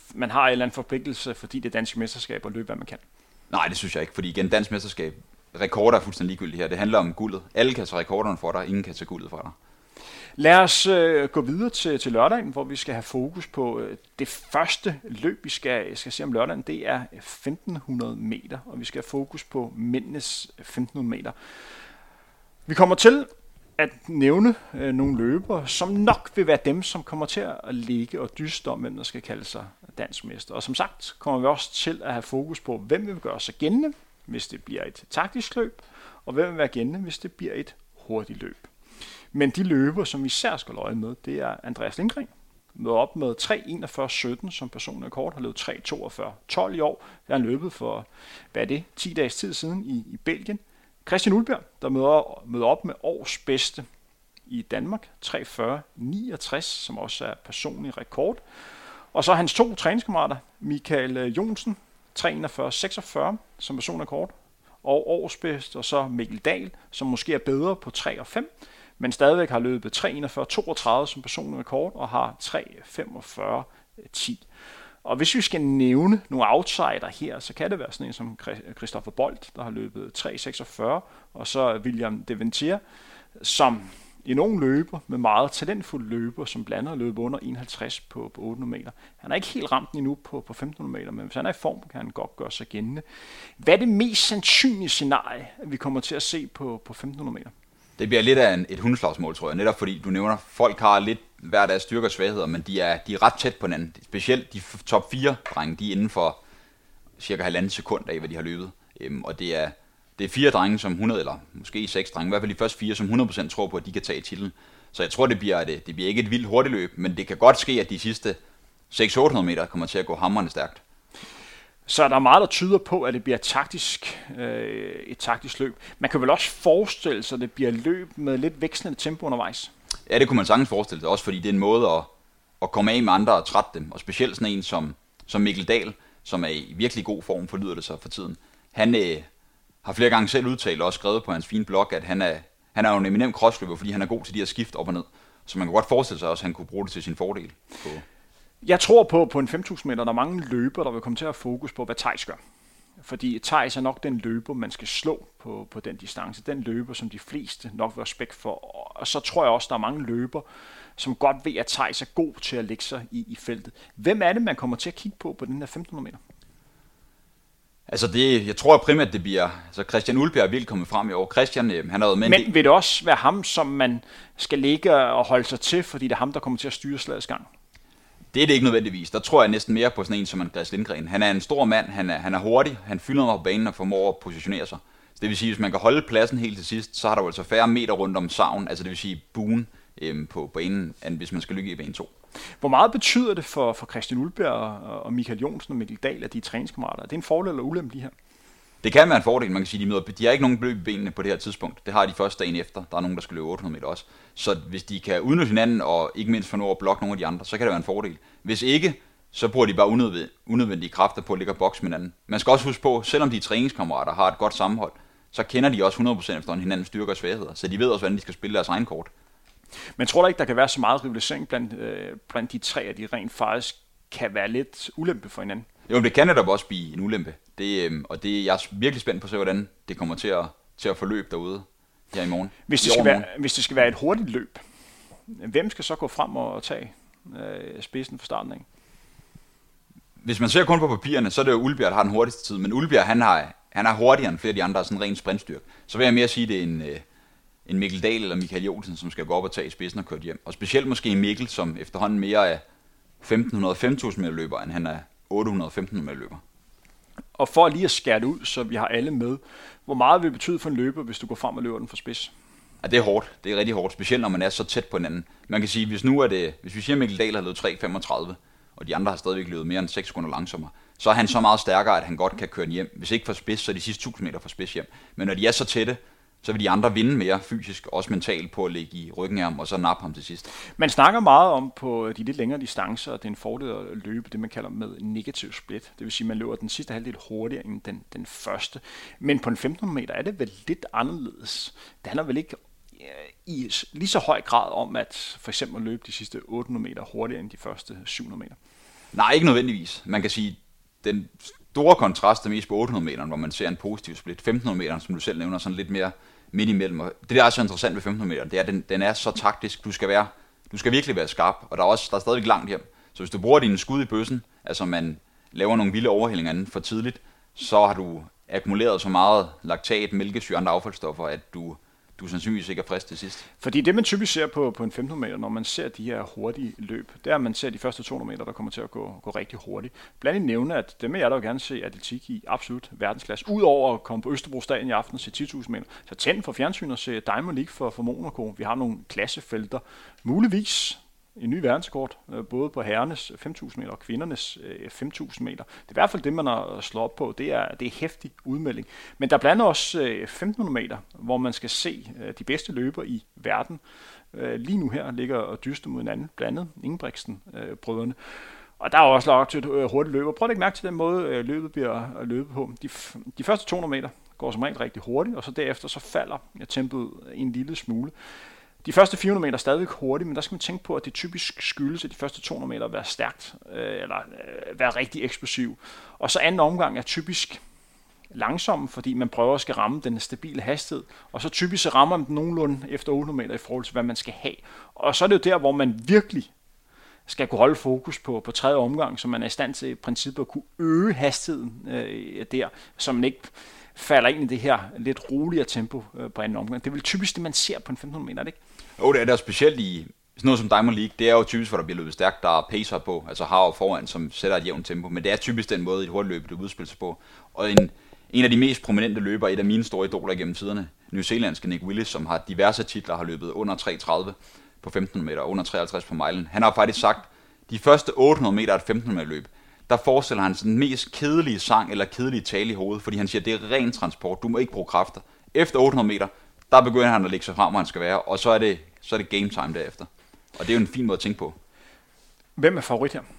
man har en eller anden forpligtelse, fordi det er danske mesterskab, og løbe, hvad man kan. Nej, det synes jeg ikke, fordi igen, dansk mesterskab, rekorder er fuldstændig ligegyldigt her. Det handler om guldet. Alle kan tage rekorderne for dig, ingen kan tage guldet for dig. Lad os øh, gå videre til, til lørdagen, hvor vi skal have fokus på øh, det første løb, vi skal, skal se om lørdagen. Det er femten hundrede meter, og vi skal have fokus på mændenes femten hundrede meter. Vi kommer til at nævne øh, nogle løbere, som nok vil være dem, som kommer til at ligge og dyste om, hvem der skal kalde sig dansk mester. Og som sagt kommer vi også til at have fokus på, hvem vil gøre sig gældende, hvis det bliver et taktisk løb, og hvem vil være gældende, hvis det bliver et hurtigt løb. Men de løber, som vi især skal øje med, det er Andreas Lindgren. Møder op med tre enogfyrre sytten som personlig rekord, har løbet tre toogfyrre tolv i år. Det har han løbet for, hvad er det, ti dages tid siden i, i Belgien. Christian Ulbjerg, der møder, møder op med års bedste i Danmark, tre fyrre niogtres, som også er personlig rekord. Og så hans to træningskammerater, Michael Jonsen, tre enogfyrre seksogfyrre som personlig rekord, og årsbedste, og så Mikkel Dahl, som måske er bedre på tre og fem, men stadigvæk har løbet tre enogfyrre toogtredive som personlig rekord, og har tre femogfyrre ti. Og hvis vi skal nævne nogle outsider her, så kan det være sådan en som Christoffer Bolt, der har løbet tre seksogfyrre, og så William Deventier, som i nogle løber med meget talentfulde løber, som blandt andet har løbet under enoghalvtreds på, på otte hundrede meter. Han er ikke helt ramt endnu på, på femten hundrede meter, men hvis han er i form, kan han godt gøre sig gældende. Hvad er det mest sandsynlige scenarie, vi kommer til at se på, på femten hundrede meter? Det bliver lidt af en, et hundeslagsmål, tror jeg, netop fordi du nævner, folk har lidt hver deres styrker og svagheder, men de er, de er ret tæt på hinanden. Specielt de top fire drenge, de er inden for cirka halvanden sekund af, hvad de har løbet. Øhm, og det er, det er fire drenge, som hundrede, eller måske seks drenge, i hvert fald de første fire, som hundrede procent tror på, at de kan tage titlen. Så jeg tror, det bliver, det, det bliver ikke et vildt hurtigt løb, men det kan godt ske, at de sidste seks til otte hundrede meter kommer til at gå hamrende stærkt. Så er der meget, der tyder på, at det bliver taktisk, øh, et taktisk løb. Man kan vel også forestille sig, at det bliver løb med lidt vekslende tempo undervejs? Ja, det kunne man sagtens forestille sig, også fordi det er en måde at, at komme af med andre og trætte dem. Og specielt sådan en som, som Mikkel Dahl, som er i virkelig god form, forlyder det sig for tiden. Han øh, har flere gange selv udtalt og også skrevet på hans fine blog, at han er, han er jo en eminent crossløber, fordi han er god til de her skift op og ned. Så man kan godt forestille sig også, at han kunne bruge det til sin fordel. På. Jeg tror på, på en fem tusind meter, der er mange løber, der vil komme til at have fokus på, hvad Theis gør. Fordi Theis er nok den løber, man skal slå på, på den distance. Den løber, som de fleste nok vil respekt for. Og så tror jeg også, der er mange løber, som godt ved, at Theis er god til at lægge sig i, i feltet. Hvem er det, man kommer til at kigge på på den her femten hundrede meter? Altså det, jeg tror primært, det bliver... Altså Christian Ulbjerg vil komme frem i år. Christian, han har været med... Men vil det også være ham, som man skal ligge og holde sig til, fordi det er ham, der kommer til at styre slagets gang? Det er det ikke nødvendigvis. Der tror jeg næsten mere på sådan en som Andreas Lindgren. Han er en stor mand, han er, han er hurtig, han fylder mig på banen og formår at positionere sig. Så det vil sige, at hvis man kan holde pladsen helt til sidst, så har der jo altså færre meter rundt om savn, altså det vil sige buen øhm, på banen, end hvis man skal lykke i bane to. Hvor meget betyder det for, for Christian Ulbjerg og Michael Jonsen og Mikkel Dahl, at de er træningskammerater? Er det en fordel eller ulempe de her? Det kan være en fordel, man kan sige, de møder, de har ikke nogen løb i benene på det her tidspunkt. Det har de først dagen efter. Der er nogen, der skal løbe otte hundrede meter også. Så hvis de kan udnytte hinanden og ikke mindst få noget at blokke nogle af de andre, så kan det være en fordel. Hvis ikke, så bruger de bare unødvendige, unødvendige kræfter på at ligge og bokse med hinanden. Man skal også huske på, selvom de træningskammerater har et godt sammenhold, så kender de også hundrede procent efter hinandens styrker og svagheder. Så de ved også, hvordan de skal spille deres egen kort. Men tror du ikke, der kan være så meget rivalisering blandt, øh, blandt de tre, at de rent faktisk kan være lidt ulempe for hinanden? Jo, det kan netop også blive en ulempe. Det, øh, og det, jeg er virkelig spændt på at se, hvordan det kommer til at, til at forløbe derude her i morgen. Hvis det, skal være, hvis det skal være et hurtigt løb, hvem skal så gå frem og tage øh, spidsen for starten af? Hvis man ser kun på papirerne, så er det jo Ulbjerg, der har den hurtigste tid. Men Ulbjerg, han, har, han er hurtigere end flere af de andre, sådan rent sprintstyrke. Så vil jeg mere sige, det er en, øh, en Mikkel Dahl eller Michael Jonsen, som skal gå op og tage spidsen og køre hjem. Og specielt måske Mikkel, som efterhånden mere er femten hundrede fem tusind meter løber, end han er otte hundrede femten meter løber. Og for lige at skære det ud, så vi har alle med, hvor meget vil det betyde for en løber, hvis du går frem og løber den for spids? Ja, det er hårdt. Det er rigtig hårdt, specielt når man er så tæt på hinanden. Man kan sige, hvis nu er det, hvis vi siger, at Mikkel Dahl har løbet tre femogtredive, og de andre har stadigvæk løbet mere end seks sekunder langsommere, så er han så meget stærkere, at han godt kan køre den hjem. Hvis ikke for spids, så er de sidste tusind meter for spids hjem. Men når de er så tætte, så vil de andre vinde mere fysisk, også mentalt på at ligge i ryggen af ham, og så nappe ham til sidst. Man snakker meget om på de lidt længere distancer, at det er en fordel at løbe det, man kalder med negativ split. Det vil sige, at man løber den sidste halvdel hurtigere end den, den første. Men på en femten hundrede meter er det vel lidt anderledes. Det handler vel ikke i lige så høj grad om, at for eksempel løbe de sidste otte hundrede meter hurtigere end de første syv hundrede meter. Nej, ikke nødvendigvis. Man kan sige, den store kontrast er mest på otte hundrede meter, hvor man ser en positiv split. femten hundrede meter, som du selv nævner, sådan lidt mere midt imellem. Og det, der er så interessant ved femten hundrede meter, det er, at den, den er så taktisk. Du skal, være, du skal virkelig være skarp, og der er, også, der er stadigvæk langt hjem. Så hvis du bruger dine skud i bøssen, altså man laver nogle vilde overhældinger inden for tidligt, så har du akkumuleret så meget laktat, mælkesyre og andre affaldsstoffer, at du, du sandsynligvis ikke er frisk til sidst. Fordi det, man typisk ser på, på en femten hundrede meter, når man ser de her hurtige løb, det er, at man ser de første to hundrede meter, der kommer til at gå, gå rigtig hurtigt. Blandt andet nævne, at dem vil jeg da jo gerne se atletik i absolut verdensklasse. Udover at komme på Østerbro Stadion i aften og se ti tusind meter, så tænd for fjernsyn og se Diamond League for, for Monaco. Vi har nogle klassefelter. Muligvis en ny verdenskort, både på herrenes fem tusind meter og kvindernes fem tusind meter. Det er i hvert fald det, man har slået op på. Det er, det er hæftig udmelding. Men der er blandt andet også femten hundrede meter, hvor man skal se de bedste løber i verden. Lige nu her ligger og dyster mod hinanden, blandt andet Ingebrigtsen-brødrene. Og der er også lagt til et hurtigt løb. Prøv at lægge mærke til den måde, løbet bliver løbet på. De, de første to hundrede meter går som regel rigtig hurtigt, og så derefter så falder tempoet en lille smule. De første fire hundrede meter er stadigvæk hurtigt, men der skal man tænke på, at det typisk skyldes, at de første to hundrede meter at være stærkt, øh, eller øh, være rigtig eksplosiv. Og så anden omgang er typisk langsom, fordi man prøver at skal ramme den stabile hastighed, og så typisk så rammer man den nogenlunde efter otte hundrede meter i forhold til, hvad man skal have. Og så er det jo der, hvor man virkelig skal kunne holde fokus på, på tredje omgang, så man er i stand til i princippet at kunne øge hastigheden øh, der, så man ikke falder ind i det her lidt roligere tempo øh, på anden omgang. Det er vel typisk det, man ser på en femten hundrede meter, er det ikke? Jo, det er der specielt i sådan noget som Diamond League. Det er jo typisk, hvor der bliver løbet stærkt, der er pacer på, altså har foran, som sætter et jævnt tempo. Men det er typisk den måde, i et hurtigt løb, det udspiller sig på. Og en, en af de mest prominente løbere, et af mine store idoler gennem tiderne, newzealandske Nick Willis, som har diverse titler, har løbet under tre tredive på femten meter og under treoghalvtreds på milen. Han har faktisk sagt, de første otte hundrede meter af et femten meter løb, der forestiller han sig den mest kedelige sang eller kedelige tale i hovedet, fordi han siger, det er ren transport, du må ikke bruge kræfter. Efter otte hundrede meter, der begynder han at lægge sig frem, hvor han skal være, og så er det, så er det game time derefter. Og det er jo en fin måde at tænke på. Hvem er favorit her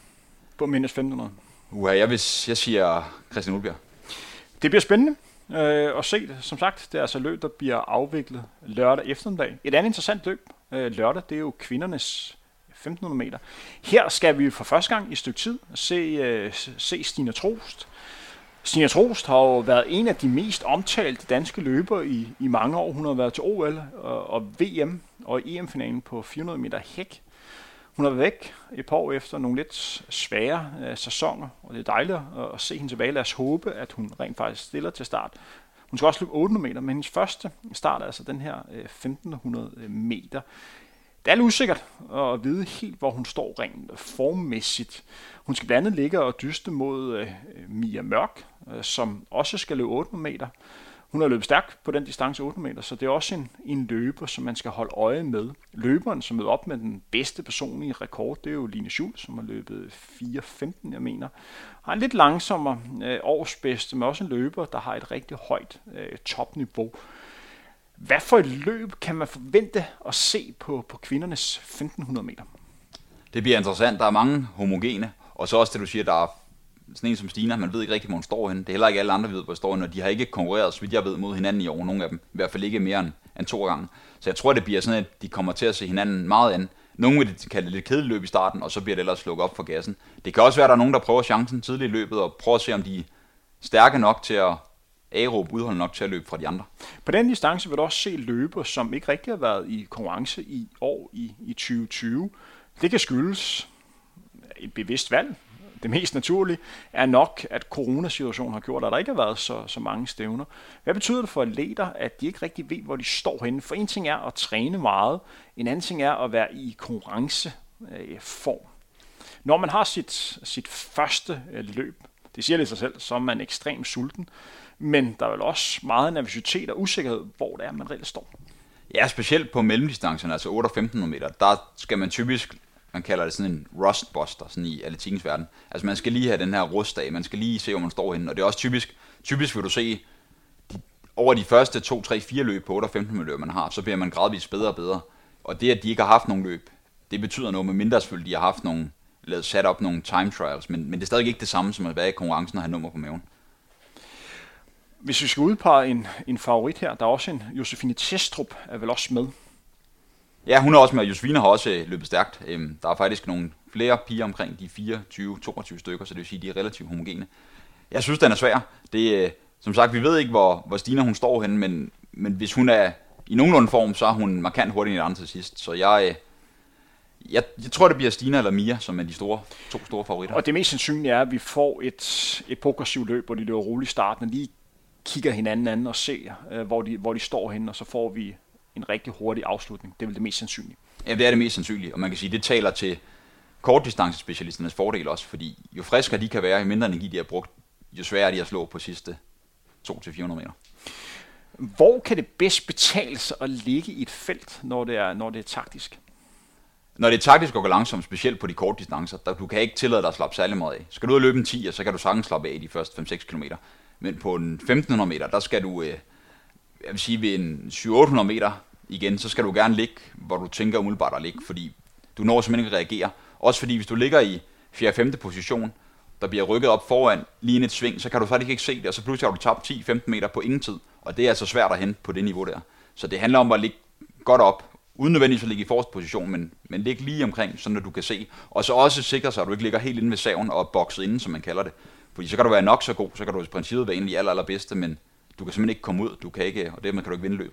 på minus femten hundrede? Uha, jeg, vil, jeg siger Christian Ulbjerg. Det bliver spændende øh, at se det. Som sagt, det er altså løb, der bliver afviklet lørdag eftermiddag. Et andet interessant løb øh, lørdag, det er jo kvindernes femten hundrede meter. Her skal vi for første gang i et stykke tid se, øh, se Stina Trost. Stina Trost har jo været en af de mest omtalte danske løbere i, i mange år. Hun har været til O L og, og V M og E M-finalen på fire hundrede meter hæk. Hun har været væk et par år efter nogle lidt svære øh, sæsoner, og det er dejligt at, at se hende tilbage. Lad os håbe, at hun rent faktisk stiller til start. Hun skal også løbe otte hundrede meter, men hendes første start er altså den her øh, femten hundrede meter. Det er lidt usikkert at vide helt, hvor hun står rent formmæssigt. Hun skal blandt andet ligge og dyste mod øh, Mia Mørk, øh, som også skal løbe otte hundrede meter. Hun har løbet stærkt på den distance otte hundrede meter, så det er også en, en løber, som man skal holde øje med. Løberen, som møder op med den bedste personlige rekord, det er jo Line Schultz, som har løbet fire femten, jeg mener. Har en lidt langsommere øh, årsbedste, men også en løber, der har et rigtig højt øh, topniveau. Hvad for et løb kan man forvente at se på, på kvindernes femten hundrede meter? Det bliver interessant. Der er mange homogene, og så også det, du siger, der er sådan en som Stina, man ved ikke rigtig, hvor hun står henne. Det er heller ikke alle andre, vi ved, hvor står henne, og de har ikke konkurreret, så vidt jeg ved, mod hinanden i år, nogle af dem. I hvert fald ikke mere end, end to gange. Så jeg tror, det bliver sådan, at de kommer til at se hinanden meget an. Nogle vil kalde det lidt kedeligt løb i starten, og så bliver det ellers slukket op for gassen. Det kan også være, at der er nogen, der prøver chancen tidligt i løbet, og prøver at se, om de er stærke nok til at aerob udholde nok til at løbe fra de andre. På den distance vil du også se løber, som ikke rigtig har været i konkurrence i år i, i tyve tyve. Det kan skyldes et bevidst valg. Det mest naturlige er nok, at coronasituationen har gjort, at der ikke har været så, så mange stævner. Hvad betyder det for atleter, at de ikke rigtig ved, hvor de står henne? For en ting er at træne meget, en anden ting er at være i konkurrenceform. Når man har sit, sit første løb, det siger lidt sig selv, så er man ekstremt sulten, men der er vel også meget nervøsitet og usikkerhed, hvor det er, man reelt står. Ja, specielt på mellemdistancerne, altså otte og femten hundrede meter, der skal man typisk, man kalder det sådan en rustbuster, sådan i atletikkens verden. Altså man skal lige have den her rust af, man skal lige se, hvor man står henne, og det er også typisk, typisk vil du se, de, over de første to, tre, fire løb på otte og femten hundrede meter, man har, så bliver man gradvist bedre og bedre. Og det, at de ikke har haft nogen løb, det betyder noget, med mindre selvfølgelig, de har haft nogle, lavet sat op nogle time trials, men, men det er stadig ikke det samme, som at være i konkurrencen og have nummer på maven. Hvis vi skal udpege en, en favorit her, der er også en Josefine Testrup er vel også med. Ja, hun er også med, Josefine har også øh, løbet stærkt. Øhm, der er faktisk nogle flere piger omkring de fireogtyve toogtyve stykker, så det vil sige, at de er relativt homogene. Jeg synes, den er svær. Det, øh, som sagt, vi ved ikke, hvor, hvor Stina hun står henne, men, men hvis hun er i nogenlunde form, så er hun markant hurtigere end andre til sidst. Så jeg, øh, jeg, jeg tror, det bliver Stina eller Mia, som er de store, to store favoritter. Og det mest sandsynlige er, at vi får et, et progressivt løb, hvor de løber roligt i starten, og lige kigger hinanden an og ser, øh, hvor, de, hvor de står henne, og så får vi en rigtig hurtig afslutning. Det er vel det mest sandsynlige. Ja, det er det mest sandsynlige, og man kan sige, det taler til kortdistancespecialisternes fordel også, fordi jo friskere de kan være, jo mindre energi de har brugt, jo sværere er de at slå på sidste to til fire hundrede meter. Hvor kan det bedst betale sig at ligge i et felt, når det er, når det er taktisk? Når det er taktisk og går langsomt, specielt på de korte distancer, der du kan ikke tillade dig at slappe særlig meget af. Skal du ud og løbe en ti, så kan du sagtens slappe af de første fem til seks kilometer. Men på en femten hundrede meter, der skal du, jeg vil sige ved en syv til otte hundrede meter igen, så skal du gerne ligge, hvor du tænker umiddelbart at ligge, fordi du når simpelthen ikke at reagere. Også fordi hvis du ligger i fjerde femte position, der bliver rykket op foran lige ind et sving, så kan du faktisk ikke se det, og så pludselig har du tabt ti til femten meter på ingen tid, og det er altså svært at hente på det niveau der. Så det handler om at ligge godt op, uden nødvendigvis at ligge i forreste position, men, men ligge lige omkring, sådan at du kan se, og så også sikre sig, at du ikke ligger helt inde ved saven og bokset inde, som man kalder det. Fordi så kan du være nok så god, så kan du i princippet være egentlig aller, allerbedste, men du kan simpelthen ikke komme ud, du kan ikke, og dermed kan du ikke vinde løbet.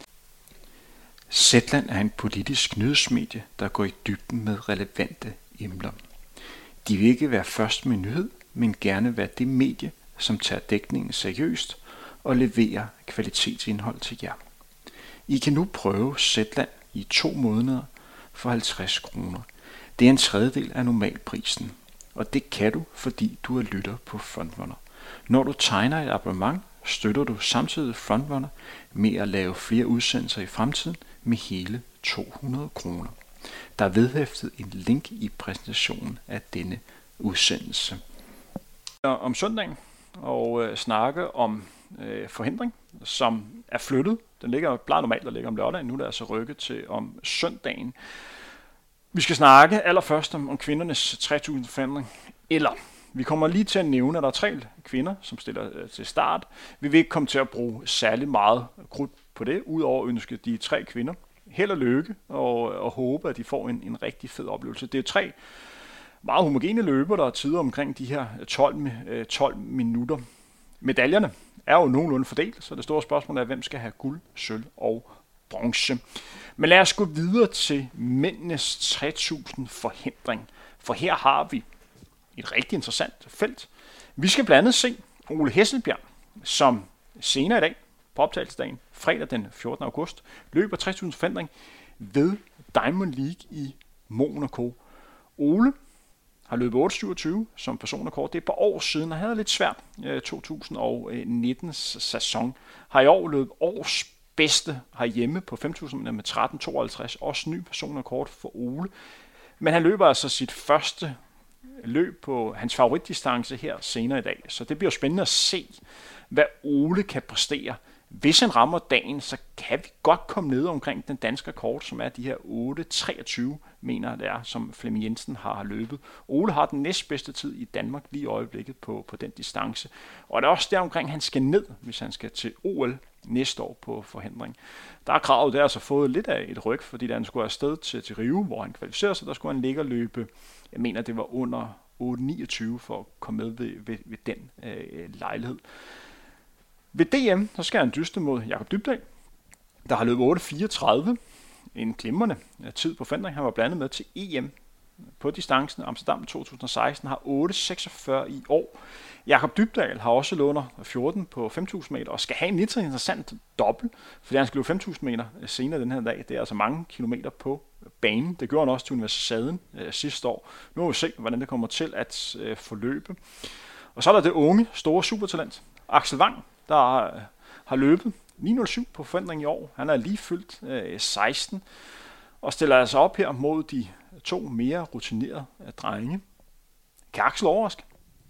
Zetland er en politisk nyhedsmedie, der går i dybden med relevante emner. De vil ikke være først med nyhed, men gerne være det medie, som tager dækningen seriøst og leverer kvalitetsindhold til jer. I kan nu prøve Zetland i to måneder for halvtreds kroner. Det er en tredjedel af normalprisen, og det kan du, fordi du er lytter på Frontrunner. Når du tegner et abonnement, støtter du samtidig Frontrunner med at lave flere udsendelser i fremtiden med hele to hundrede kroner. Der er vedhæftet en link i præsentationen af denne udsendelse. Om søndagen og øh, snakke om øh, forhindring, som er flyttet. Den ligger plejer normalt at ligge om lørdagen, nu er der altså rykket til om søndagen. Vi skal snakke allerførst om, om kvindernes tre tusind forhindring, eller vi kommer lige til at nævne, at der er tre kvinder, som stiller øh, til start. Vi vil ikke komme til at bruge særlig meget krudt på det, udover at ønske de tre kvinder held og lykke, og, og håbe, at de får en, en rigtig fed oplevelse. Det er tre meget homogene løber, der er tider omkring de her tolv, tolv minutter. Medaljerne er jo nogenlunde fordelt, så det store spørgsmål er, hvem skal have guld, sølv og bronze. Men lad os gå videre til mændenes tre tusind forhindring, for her har vi et rigtig interessant felt. Vi skal blandt andet se Ole Hesselbjerg, som senere i dag, på optagelsesdagen, fredag den fjortende august, løber tre tusind forhindring ved Diamond League i Monaco. Ole har løbet otte syvogtyve som personrekord. Det er et par år siden, og havde lidt svært. to tusind nitten sæson har i år løbet års bedste herhjemme på fem tusind med tretten tooghalvtreds. Også ny personrekord for Ole. Men han løber altså sit første løb på hans favoritdistance her senere i dag. Så det bliver spændende at se, hvad Ole kan præstere. Hvis han rammer dagen, så kan vi godt komme ned omkring den danske rekord, som er de her otte treogtyve, mener det er, som Flemming Jensen har løbet. Ole har den næstbedste tid i Danmark lige i øjeblikket på, på den distance. Og det er også der omkring, han skal ned, hvis han skal til O L næste år på forhindring. Der er kravet der altså fået lidt af et ryg, fordi da han skulle afsted til, til Rio, hvor han kvalificerede sig, der skulle han ligge og løbe, jeg mener det var under otte niogtyve for at komme med ved, ved, ved den øh, lejlighed. Ved D M, så skal han dyste mod Jakob Dybdahl, der har løbet otte fireogtredive, en glimrende tid på forhindring. Han var blandet med til E M på distancen. Amsterdam to tusind og seksten har otte seksogfyrre i år. Jakob Dybdahl har også løbet under fjorten på fem tusind meter og skal have en lidt interessant dobbelt, fordi han skal løbe fem tusind meter senere den her dag. Det er altså mange kilometer på banen. Det gjorde han også til Universiaden øh, sidste år. Nu må vi se, hvordan det kommer til at øh, forløbe. Og så er der det unge, store supertalent, Axel Wang, der har, har løbet ni nul syv på forhindring i år. Han er lige fyldt øh, seksten og stiller altså op her mod de to mere rutinerede øh, drenge. Kan Axel overraske?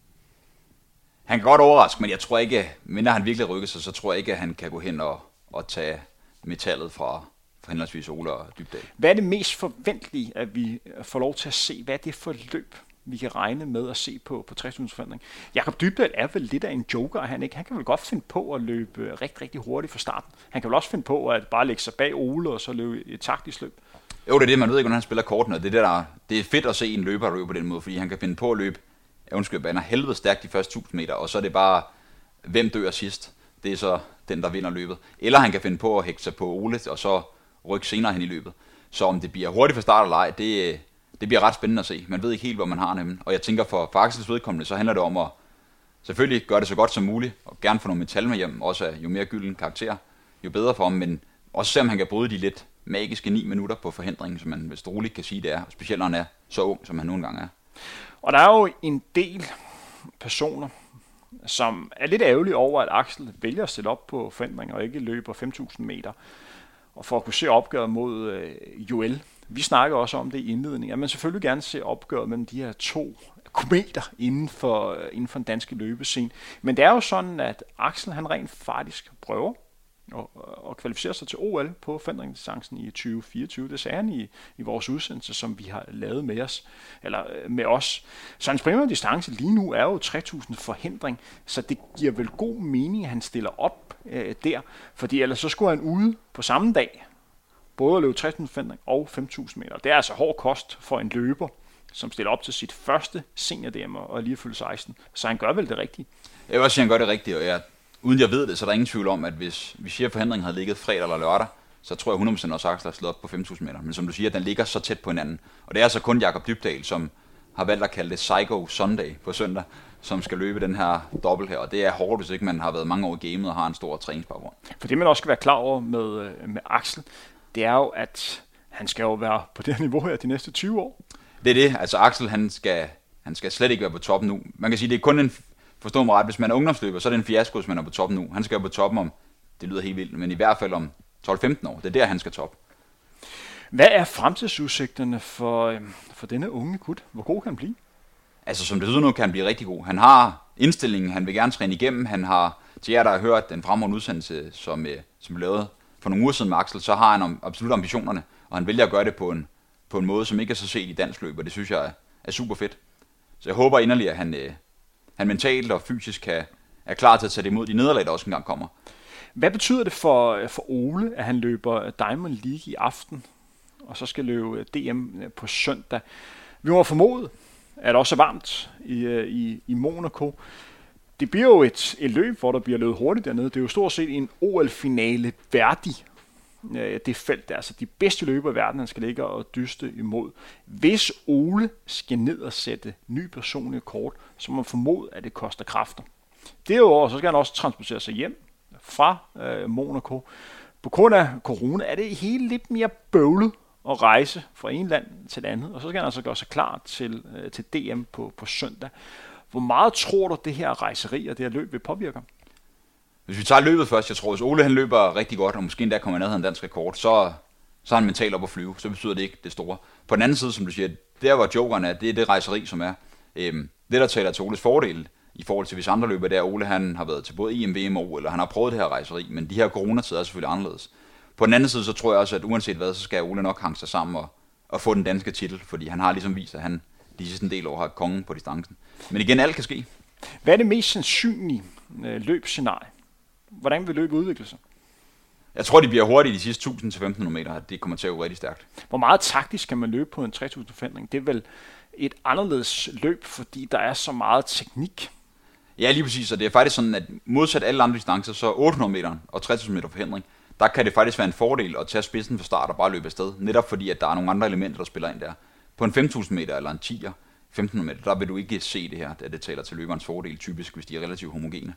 Han kan godt overraske, men jeg tror ikke, mindre han virkelig rykker sig, så tror jeg ikke, at han kan gå hen og, og tage metallet fra, fra henholdsvis Ole og Dybdahl. Hvad er det mest forventelige, at vi får lov til at se? Hvad er det for løb, vi kan regne med at se på på tre tusind forhindring? Jakob Dybdahl er vel lidt af en joker, han ikke? Han kan vel godt finde på at løbe rigtig, rigtig hurtigt fra starten. Han kan vel også finde på at bare lægge sig bag Ole og så løbe et taktisk løb. Jo, det er det, man ved ikke, hvordan han spiller kortene. Det er, det, der, det er fedt at se en løber, der løber på den måde, fordi han kan finde på at løbe, jeg undskyld, baner helvede stærkt de første tusind meter, og så er det bare, hvem dør sidst. Det er så den, der vinder løbet. Eller han kan finde på at hægte sig på Ole, og så rykke senere hen i løbet. Så om det bliver hurtigt fra start eller ej, det, det bliver ret spændende at se. Man ved ikke helt, hvor man har nemlig. Og jeg tænker, for, for Axels vedkommende, så handler det om at selvfølgelig gøre det så godt som muligt, og gerne få nogle metal med hjem, også jo mere gylden karakter, jo bedre for ham, men også se, om han kan bryde de lidt magiske ni minutter på forhindringen, som man vist roligt kan sige, det er, specielt når han er så ung, som han nogle gange er. Og der er jo en del personer, som er lidt ærgerlige over, at Axel vælger at stille op på forhindringer og ikke løber fem tusind meter, og for at kunne se opgøret mod øh, Joel. Vi snakker også om det i indledningen, at man selvfølgelig gerne ser opgøret mellem de her to kometer inden for, inden for den danske løbescene. Men det er jo sådan, at Axel han rent faktisk prøver og, og kvalificerer sig til O L på forhindringsdistancen i tyve fireogtyve. Det sagde han i, i vores udsendelse, som vi har lavet med os. Eller med os. Så hans primære distance lige nu er jo tre tusind forhindring, så det giver vel god mening, at han stiller op øh, der. Fordi ellers så skulle han ude på samme dag både at løbe tre tusind forhindring og fem tusind meter. Det er altså hård kost for en løber, som stiller op til sit første senior-D M og er lige fyldt seksten. Så han gør vel det rigtige. Jeg vil også sige, at han gør det rigtigt, og jeg, uden jeg ved det, så er der ingen tvivl om, at hvis vi siger, at forhindringen havde ligget fredag eller lørdag, så tror jeg hundrede procent også, at Axel har slået op på fem tusind meter. Men som du siger, den ligger så tæt på hinanden. Og det er altså kun Jakob Dybdahl, som har valgt at kalde det Psycho Sunday på søndag, som skal løbe den her dobbelt her. Og det er hårdt, hvis ikke man har været mange år i gamet og har en stor træningsbaggrund. For det, man også skal være klar over med, med Axel, det er jo, at han skal jo være på det her niveau her de næste tyve år. Det er det. Altså Axel, han skal, han skal slet ikke være på toppen nu. Man kan sige, det er kun en, forstå mig ret, hvis man er ungdomsløber, så er det en fiasko, hvis man er på toppen nu. Han skal være på toppen om, det lyder helt vildt, men i hvert fald om tolv femten år. Det er der, han skal top. Hvad er fremtidsudsigterne for, for denne unge gut? Hvor god kan han blive? Altså som det lyder nu, kan han blive rigtig god. Han har indstillingen, han vil gerne træne igennem. Han har, til jer, der har hørt den fremragende udsendelse, som, som blev lavet for nogle uger siden med Axel, så har han absolut ambitionerne, og han vælger at gøre det på en, på en måde, som ikke er så set i dansk løb, og det synes jeg er, er super fedt. Så jeg håber inderligt, at han, øh, han mentalt og fysisk kan, er klar til at tage det imod de nederlag, der også engang kommer. Hvad betyder det for, for Ole, at han løber Diamond League i aften, og så skal løbe D M på søndag? Vi må formode, at det også er varmt i, i, i Monaco. Det bliver jo et, et løb, hvor der bliver løbet hurtigt dernede. Det er jo stort set en O L-finale værdig, det felt der. Altså de bedste løbere i verden, han skal ligge og dyste imod. Hvis Ole skal ned og sætte ny personlig kort, så må man formode, at det koster kræfter. Derudover så skal han også transportere sig hjem fra øh, Monaco. På grund af corona er det hele lidt mere bøvlet at rejse fra en land til et andet, og så skal han altså gøre sig klar til, øh, til D M på, på søndag. Hvor meget tror du, det her rejseri og det her løb vil påvirke? Hvis vi tager løbet først, jeg tror, hvis Ole han løber rigtig godt, og måske endda kommer ned af en dansk rekord, så, så er han mentalt op at flyve, så betyder det ikke det store. På den anden side, som du siger, der hvor jokeren er, det er det rejseri, som er. Øhm, det, der taler til Oles fordel, i forhold til hvis andre løber, det er, Ole han har været til både E M, V M og O L, eller han har prøvet det her rejseri, men de her coronatider er selvfølgelig anderledes. På den anden side, så tror jeg også, at uanset hvad, så skal Ole nok hanke sig sammen og, og få den danske titel, fordi han har ligesom vist, at han de sidste en del år har kongen på distancen. Men igen, alt kan ske. Hvad er det mest sandsynlige øh, løbscenarie? Hvordan vil løbet udvikle sig? Jeg tror, de bliver hurtigt de sidste tusind til femten hundrede meter. Det kommer til at gå rigtig stærkt. Hvor meget taktisk kan man løbe på en tre tusind forhindring? Det er vel et anderledes løb, fordi der er så meget teknik. Ja, lige præcis. Og det er faktisk sådan, at modsat alle andre distancer, så otte hundrede meter og tre tusind meter forhindring, der kan det faktisk være en fordel at tage spidsen fra start og bare løbe afsted. Netop fordi, at der er nogle andre elementer, der spiller ind der. På en fem tusind meter eller en tier, femten hundrede meter, der vil du ikke se det her, at det taler til løberens fordel, typisk hvis de er relativt homogene.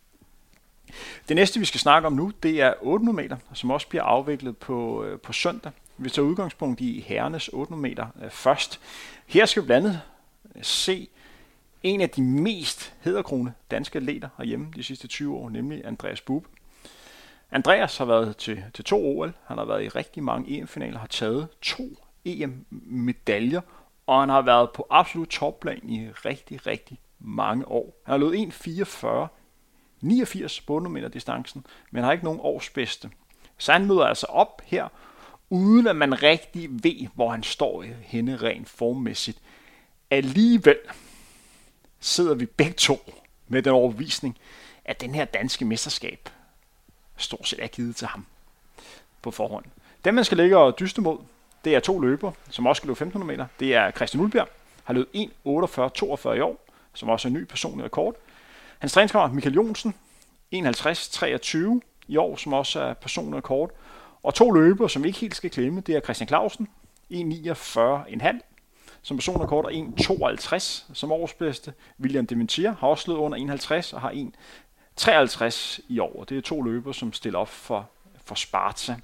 Det næste, vi skal snakke om nu, det er otte hundrede meter, som også bliver afviklet på, på søndag. Vi tager udgangspunkt i herrenes otte hundrede meter øh, først. Her skal vi blandt andet se en af de mest hæderkronede danske atleter herhjemme de sidste tyve år, nemlig Andreas Bube. Andreas har været til, til to O L, han har været i rigtig mange E M-finaler, har taget to E M-medaljer, og han har været på absolut topplan i rigtig, rigtig mange år. Han har løbet en fireogfyrre niogfirs på otte hundrede meter distancen, men har ikke nogen årsbedste. Så han møder altså op her, uden at man rigtig ved, hvor han står henne rent formmæssigt. Alligevel sidder vi begge to med den overbevisning, at den her danske mesterskab stort set er givet til ham på forhånd. Den man skal ligge og dyste mod, det er to løbere, som også skal løbe femten hundrede meter. Det er Christian Ulbjerg, har løbet en otteogfyrre toogfyrre i år, som også er en ny personlig rekord. Hans træningskammerat Michael Jonsen, enoghalvtreds treogtyve i år, som også er personlig rekord. Og to løbere, som vi ikke helt skal glemme, det er Christian Clausen, en niogfyrre komma fem som personlig rekord, og en tooghalvtreds som årsbedste. William Dementier har også løbet under enoghalvtreds og har en treoghalvtreds i år. Det er to løbere, som stiller op for, for Sparta.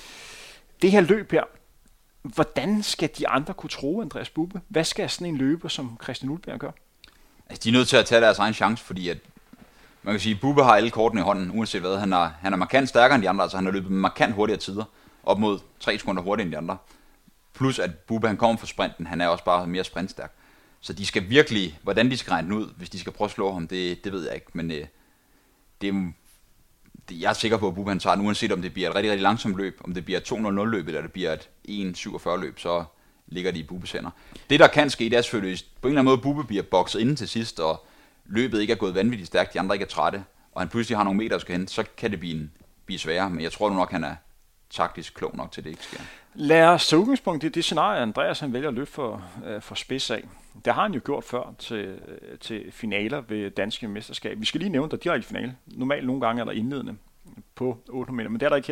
Det her løb her, hvordan skal de andre kunne tro, Andreas Bubbe? Hvad skal sådan en løber, som Christian Ulbjerg gør? Altså, de er nødt til at tage deres egen chance, fordi at man kan sige, at Bubbe har alle kortene i hånden, uanset hvad. Han er, han er markant stærkere end de andre, altså han har løbet markant hurtigere tider, op mod tre sekunder hurtigere end de andre. Plus at Bubbe, han kommer fra sprinten, han er også bare mere sprintstærk. Så de skal virkelig, hvordan de skal regne den ud, hvis de skal prøve at slå ham, det, det ved jeg ikke. Men øh, det, det, jeg er sikker på, at Bubbe han tager den, uanset om det bliver et rigtig, rigtig langsomt løb, om det bliver et to nul nul løb, eller det bliver et en syvogfyrre løb, så ligger de i Bubbes hænder. Det der kan ske, det er selvfølgelig, på en eller anden måde, Bubbe bliver bokset inden til sidst, og løbet ikke er gået vanvittigt stærkt, de andre ikke er trætte, og han pludselig har nogle meter, der skal hente, så kan det blive, en, blive sværere, men jeg tror nu nok, han er taktisk klog nok til det ikke sker. Lad os tage udgangspunkt i det scenarie, Andreas han vælger at løbe for, øh, for spids af. Det har han jo gjort før til, til finaler ved danske mesterskab. Vi skal lige nævne, der er direkte finale. Normalt nogle gange er der indledende på otte hundrede meter, men det er der ikke her.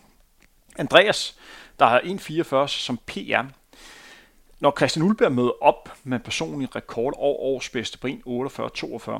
Andreas, der har en fireogfyrre som P R. Når Christian Ulbjerg møder op med en personlig rekord og årsbedste på en otteogfyrre toogfyrre,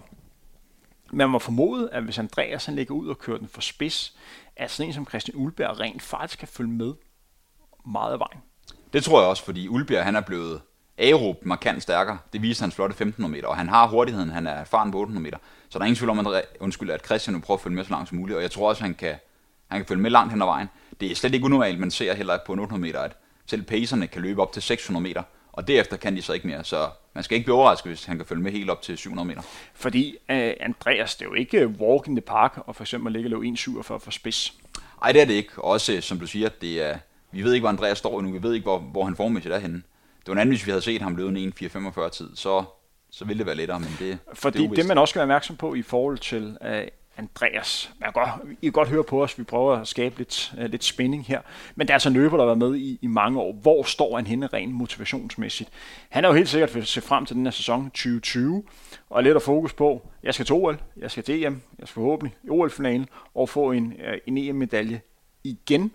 man må formode, at hvis Andreas han lægger ud og kører den for spids, at sådan en som Christian Ulbjerg rent faktisk kan følge med meget af vejen. Det tror jeg også, fordi Ulbjerg han er blevet aerob markant stærkere. Det viser hans flotte femten hundrede meter, og han har hurtigheden, han er erfaren på otte hundrede meter. Så der er ingen tvivl om, at, undskyld, at Christian vil prøve at følge med så langt som muligt, og jeg tror også, at han kan, han kan følge med langt hen ad vejen. Det er slet ikke unormalt, man ser heller på en otte hundrede meter, at selv pacerne kan løbe op til seks hundrede meter, og derefter kan de så ikke mere, så man skal ikke blive overrasket, hvis han kan følge med helt op til syv hundrede meter. Fordi øh, Andreas, det er jo ikke walk in the park, og for eksempel ligge og løbe en syvogfyrre for spids. Nej, det er det ikke. Også, som du siger, det er, vi ved ikke, hvor Andreas står endnu, vi ved ikke, hvor, hvor han formæssigt er henne. Det var en anden, hvis vi havde set ham løbe en en fire femogfyrre tid, så, så ville det være lettere, men det Fordi det, det, man også skal være opmærksom på i forhold til uh, Andreas, man kan godt, I kan godt høre på os, vi prøver at skabe lidt, uh, lidt spænding her, men der er altså en løber, der har været med i, i mange år. Hvor står han henne rent motivationsmæssigt? Han er jo helt sikkert vil se frem til den her sæson tyve tyve, og er lidt at fokus på, jeg skal til O L, jeg skal til E M, jeg skal forhåbentlig i O L-finalen, og få en, uh, en E M-medalje igen.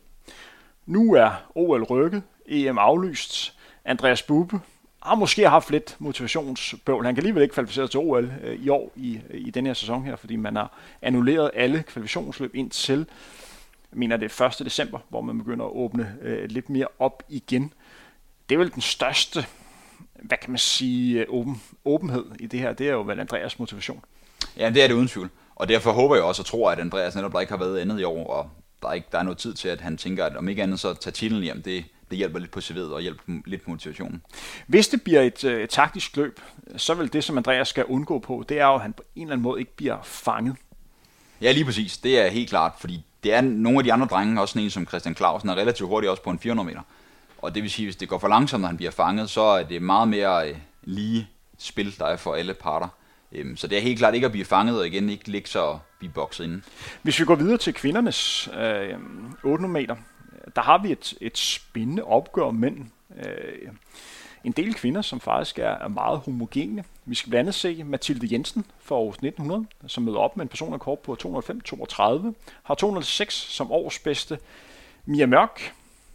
Nu er O L rykket, E M aflyst. Andreas Bubbe har måske haft lidt motivationsbøvl. Han kan alligevel ikke kvalificere til O L øh, i år i, i den her sæson her, fordi man har annulleret alle kvalifikationsløb indtil, jeg mener det er første december, hvor man begynder at åbne øh, lidt mere op igen. Det er vel den største, hvad kan man sige, åben, åbenhed i det her. Det er jo vel Andreas motivation. Ja, det er det uden tvivl. Og derfor håber jeg også og tror, at Andreas netop der ikke har været andet i år, og der er, ikke, der er noget tid til, at han tænker, at om ikke andet så tage titlen hjem, det Det hjælper lidt på C V'et og hjælper lidt på motivationen. Hvis det bliver et, et taktisk løb, så vil det, som Andreas skal undgå på, det er jo, at han på en eller anden måde ikke bliver fanget. Ja, lige præcis. Det er helt klart, fordi det er nogle af de andre drenge, også sådan en som Christian Clausen, er relativt hurtig også på en fire hundrede meter. Og det vil sige, hvis det går for langsomt, når han bliver fanget, så er det meget mere øh, lige spil, der er for alle parter. Øhm, så det er helt klart ikke at blive fanget, og igen ikke ligge så og blive bokset inde. Hvis vi går videre til kvindernes øh, otte hundrede meter, der har vi et, et spændende opgør mænd. Øh, en del kvinder, som faktisk er, er meget homogene. Vi skal blandt andet se Mathilde Jensen fra Aarhus nitten hundrede, som møder op med en personrekord på to nul fem toogtredive, har to nul seks som årsbedste. Mia Mørk,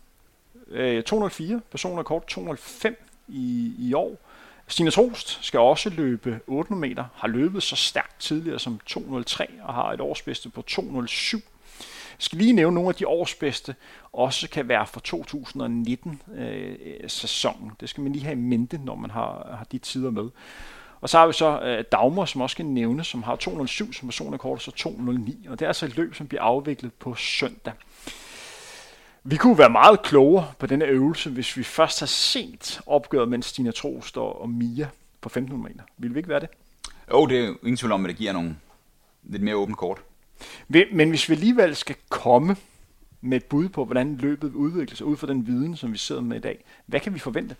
øh, to nul fire, personrekord to nul fem i, i år. Stine Trost skal også løbe otte hundrede meter, har løbet så stærkt tidligere som to nul tre og har et årsbedste på to nul syv. Jeg skal lige nævne nogle af de årsbedste, også kan være for to tusind nitten-sæsonen. Øh, det skal man lige have i mente, når man har, har de tider med. Og så har vi så øh, Dagmar, som også skal nævne, som har to nul syv som personrekord, så to nul ni. Og det er altså et løb, som bliver afviklet på søndag. Vi kunne være meget klogere på denne øvelse, hvis vi først har set opgøret mellem Stine Trost og Mia på femten hundrede meter. Vil vi ikke være det? Jo, det er jo ingen tvivl om, at det giver nogle lidt mere åbent kort. Men hvis vi alligevel skal komme med et bud på, hvordan løbet udvikler sig ud fra den viden, som vi sidder med i dag, hvad kan vi forvente?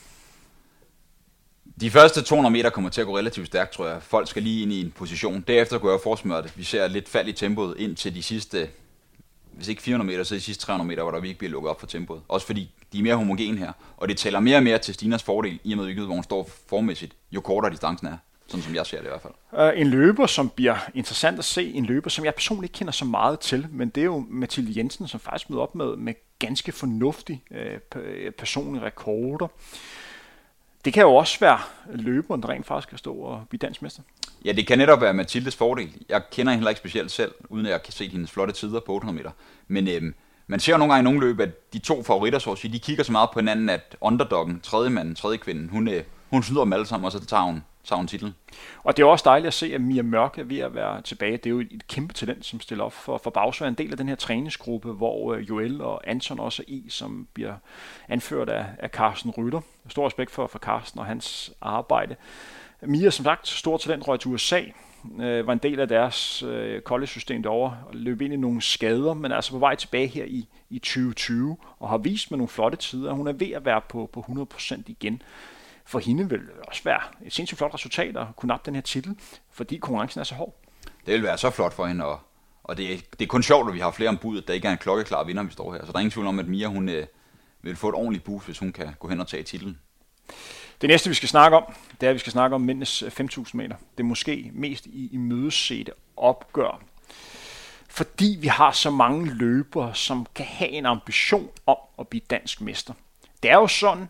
De første to hundrede meter kommer til at gå relativt stærkt, tror jeg. Folk skal lige ind i en position. Derefter går jeg forsmørt. Vi ser lidt fald i tempoet ind til de sidste, hvis ikke fire hundrede meter, så de sidste tre hundrede meter, hvor der virkelig bliver lukket op for tempoet. Også fordi de er mere homogene her, og det tæller mere og mere til Stinas fordel, i og med hvor hun står formæssigt, jo kortere distancen er, sådan som jeg ser det i hvert fald. Uh, en løber, som bliver interessant at se, en løber, som jeg personligt ikke kender så meget til, men det er jo Mathilde Jensen, som faktisk møder op med, med ganske fornuftige uh, personlige rekorder. Det kan jo også være løberen, der rent faktisk kan stå og blive dansk mester. Ja, det kan netop være Mathildes fordel. Jeg kender hende heller ikke specielt selv, uden at jeg kan se hendes flotte tider på otte hundrede meter. Men øhm, man ser jo nogle gange i nogle løb, at de to favoritter, så at sige, de kigger så meget på hinanden, at underdoggen, tredje manden, tredje kvinden, hun, øh, hun snyder dem alle sammen, og så tager hun, tager hun titlen. Og det er også dejligt at se, at Mia Mørk er ved at være tilbage. Det er jo et kæmpe talent, som stiller op for, for Bagsvær. En del af den her træningsgruppe, hvor Joel og Anton også er i, som bliver anført af, af Carsten Rytter. Stor respekt for, for Carsten og hans arbejde. Mia, som sagt, stor talent, røg til U S A. Øh, var en del af deres øh, college-system derovre, og løb ind i nogle skader, men er altså på vej tilbage her i, i tyve tyve, og har vist med nogle flotte tider, at hun er ved at være på, på hundrede procent igen. For hende vil det også være et sindssygt flot resultat at kunne nappe den her titel, fordi konkurrencen er så hård. Det vil være så flot for hende, og, og det, er, det er kun sjovt, at vi har flere ombud, at der ikke er en klokkeklar vinder, vi står her. Så der er ingen tvivl om, at Mia hun, øh, vil få et ordentligt boost, hvis hun kan gå hen og tage titlen. Det næste, vi skal snakke om, det er, at vi skal snakke om mændenes fem tusind meter. Det er måske mest i, i mødesete opgør. Fordi vi har så mange løbere, som kan have en ambition om at blive dansk mester. Det er jo sådan,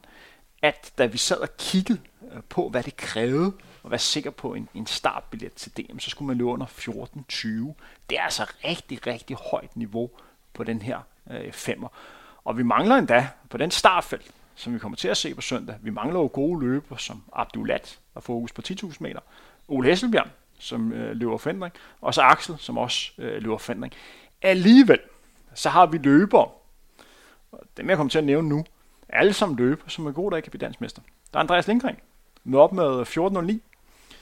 at da vi sad og kiggede på, hvad det krævede, og være sikker på en, en startbillet til D M, så skulle man løbe under fjorten tyve. Det er altså rigtig, rigtig højt niveau på den her øh, femmer. Og vi mangler endda på den startfelt, som vi kommer til at se på søndag. Vi mangler jo gode løber som Abdulat, der fokus på ti tusind meter. Ole Hesselbjerg, som øh, løber forhindring. Og så Axel, som også øh, løber forhindring. Alligevel, så har vi løbere, og dem jeg kommer til at nævne nu, alle sammen løber, som er gode, der ikke kan blive dansk mester. Der er Andreas Lindgren, med op med fjorten nul ni.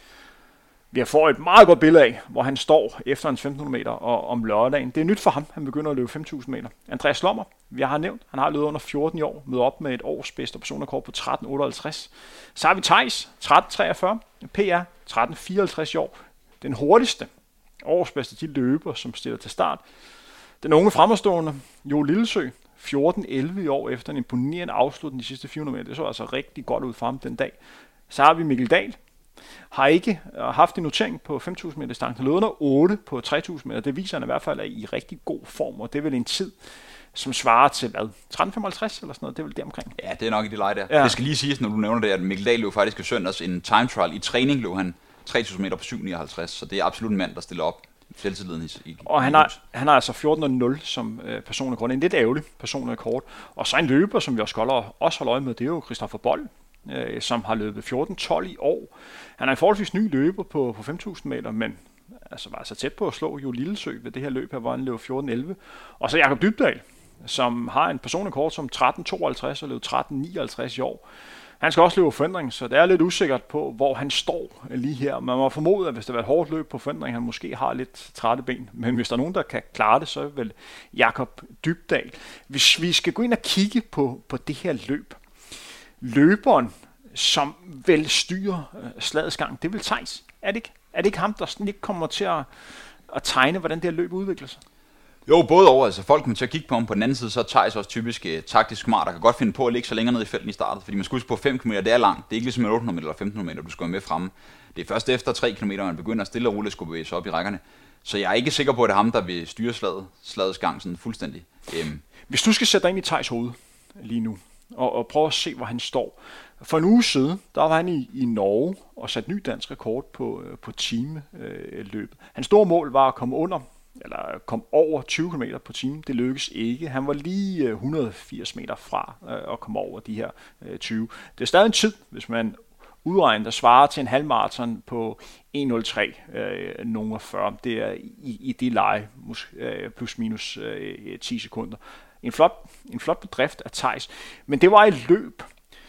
Vi har fået et meget godt billede af, hvor han står efter hans femten hundrede meter og om lørdagen. Det er nyt for ham, han begynder at løbe fem tusind meter. Andreas Lommer, vi har nævnt, han har løbet under fjorten i år, med op med et års bedste personrekord på tretten otteoghalvtreds. Så har vi Theis, tretten treogfyrre, P R, tretten fireoghalvtreds i år. Den hurtigste årsbedste de løber, som stiller til start. Den unge fremadstående, Jo Lillesø, fjorten elleve i år efter en imponerende afslutning de sidste fire hundrede meter. Det så altså rigtig godt ud for ham den dag. Så har vi Mikkel Dahl. Har ikke haft en notering på fem tusind meter distance. Han lød under otte på tre tusind meter. Det viser han i hvert fald er i rigtig god form, og det er vel en tid, som svarer til hvad? tretten femoghalvtreds eller sådan noget? Det er vel deromkring. Ja, det er nok i det leje der. Ja. Det skal lige siges, når du nævner det, at Mikkel Dahl løb faktisk i søndags en time trial. I træning løb han tre tusind meter på syv nioghalvtreds, så det er absolut en mand, der stiller op. Selvtilliden i, i, og han har, han har altså fjorten nul som øh, personrekord. En lidt ærgerlig personrekord. Og så en løber, som vi også holder, også holder øje med, det er jo Christoffer Bold, øh, som har løbet fjorten tolv i år. Han er en forholdsvis ny løber på, på fem tusind meter, men altså var altså tæt på at slå Jo Lillesø ved det her løb her, hvor han løb fjorten elleve. Og så Jakob Dybdahl, som har en personrekord som tretten tooghalvtreds og løb tretten nioghalvtreds i år. Han skal også løbe forhindring, så det er lidt usikkert på, hvor han står lige her. Man må formode, at hvis det var et hårdt løb på forhindring, han måske har lidt trætte ben. Men hvis der er nogen, der kan klare det, så er det vel Jakob Dybdahl. Hvis vi skal gå ind og kigge på, på det her løb. Løberen, som vel styrer øh, slagets gang, det er vel Theis. Er det ikke, er det ikke ham, der sådan ikke kommer til at, at tegne, hvordan det her løb udvikler sig? Jo, både over. Altså, folk kommer til at kigge på ham. På den anden side, så er Theis også typisk uh, taktisk smart, der kan godt finde på at ligge så længere ned i felten i starten. Fordi man skal huske på fem kilometer, det er langt. Det er ikke ligesom otte hundrede meter eller femten hundrede meter, du skal være med fremme. Det er først efter tre kilometer, man begynder at stille og roligt skulle bevæge sig op i rækkerne. Så jeg er ikke sikker på, at det er ham, der vil styre slaget, slagets gang sådan fuldstændig. Um. Hvis du skal sætte dig ind i Theis hoved lige nu, og, og prøve at se, hvor han står. For en uge siden, der var han i, i Norge og satte ny dansk rekord på, på timeløbet. Hans store mål var at komme under, eller komme over tyve kilometer på timen. Det lykkedes ikke. Han var lige et hundrede og firs meter fra at komme over de her tyve. Det er stadig en tid, hvis man udregner, der svarer til en halvmarathon på en nul tre øh, fyrre. Det er i, i det leje, plus minus øh, ti sekunder. En flot, en flot bedrift af Theis. Men det var et løb,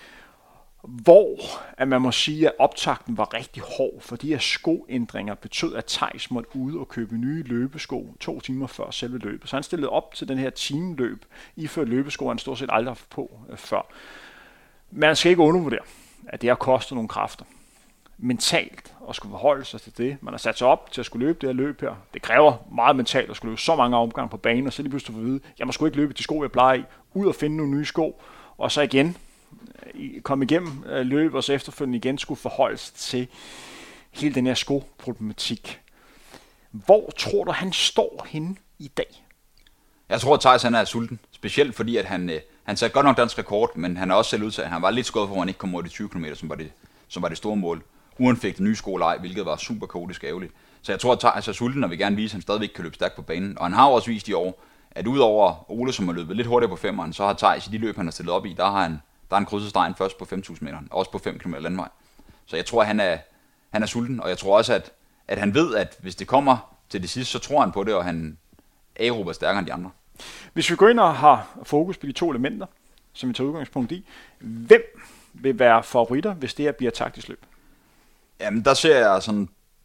hvor at man må sige, at optakten var rigtig hård, for de her skoændringer betød, at Theis måtte ud og købe nye løbesko to timer før selve løbet. Så han stillede op til den her timeløb, iført løbesko, han stort set aldrig har haft på øh, før. Men man skal ikke undervurdere, at det har kostet nogle kræfter. Mentalt at skulle forholde sig til det. Man har sat sig op til at skulle løbe det her løb her. Det kræver meget mentalt at skulle løbe så mange omgange på banen, og så lige pludselig få at vide, jeg må sgu ikke løbe de sko, jeg plejer i, ud og finde nogle nye sko, og så igen komme igennem løbet, og så efterfølgende igen skulle forholde sig til hele den her skoproblematik. Hvor tror du, han står henne i dag? Jeg tror, at Theis han er sulten. Specielt fordi, at han, øh, han satte godt nok dansk rekord, men han har også selv udtaget, at han var lidt skuffet for, at han ikke kom over de tyve kilometer, som var det, som var det store mål. Uden fik den nye skoleej, hvilket var super kaotisk ærgerligt. Så jeg tror, at Theis er sulten, og vil gerne vise, at han stadigvæk kan løbe stærkt på banen. Og han har også vist i år, at udover Ole, som har løbet lidt hurtigere på femmeren, så har Theis i de løb, han har stillet op i, der har han, der har han krydset stregen først på fem tusind meter, og også på fem kilometer landvej. Så jeg tror, at han er, han er sulten, og jeg tror også, at, at han ved, at hvis det kommer til det sidste, så tror han på det, og han er stærkere end de andre. Hvis vi går ind og har fokus på de to elementer, som vi tager udgangspunkt i, hvem vil være favoritter, hvis det her bliver taktisk løb? Jamen, der ser jeg sådan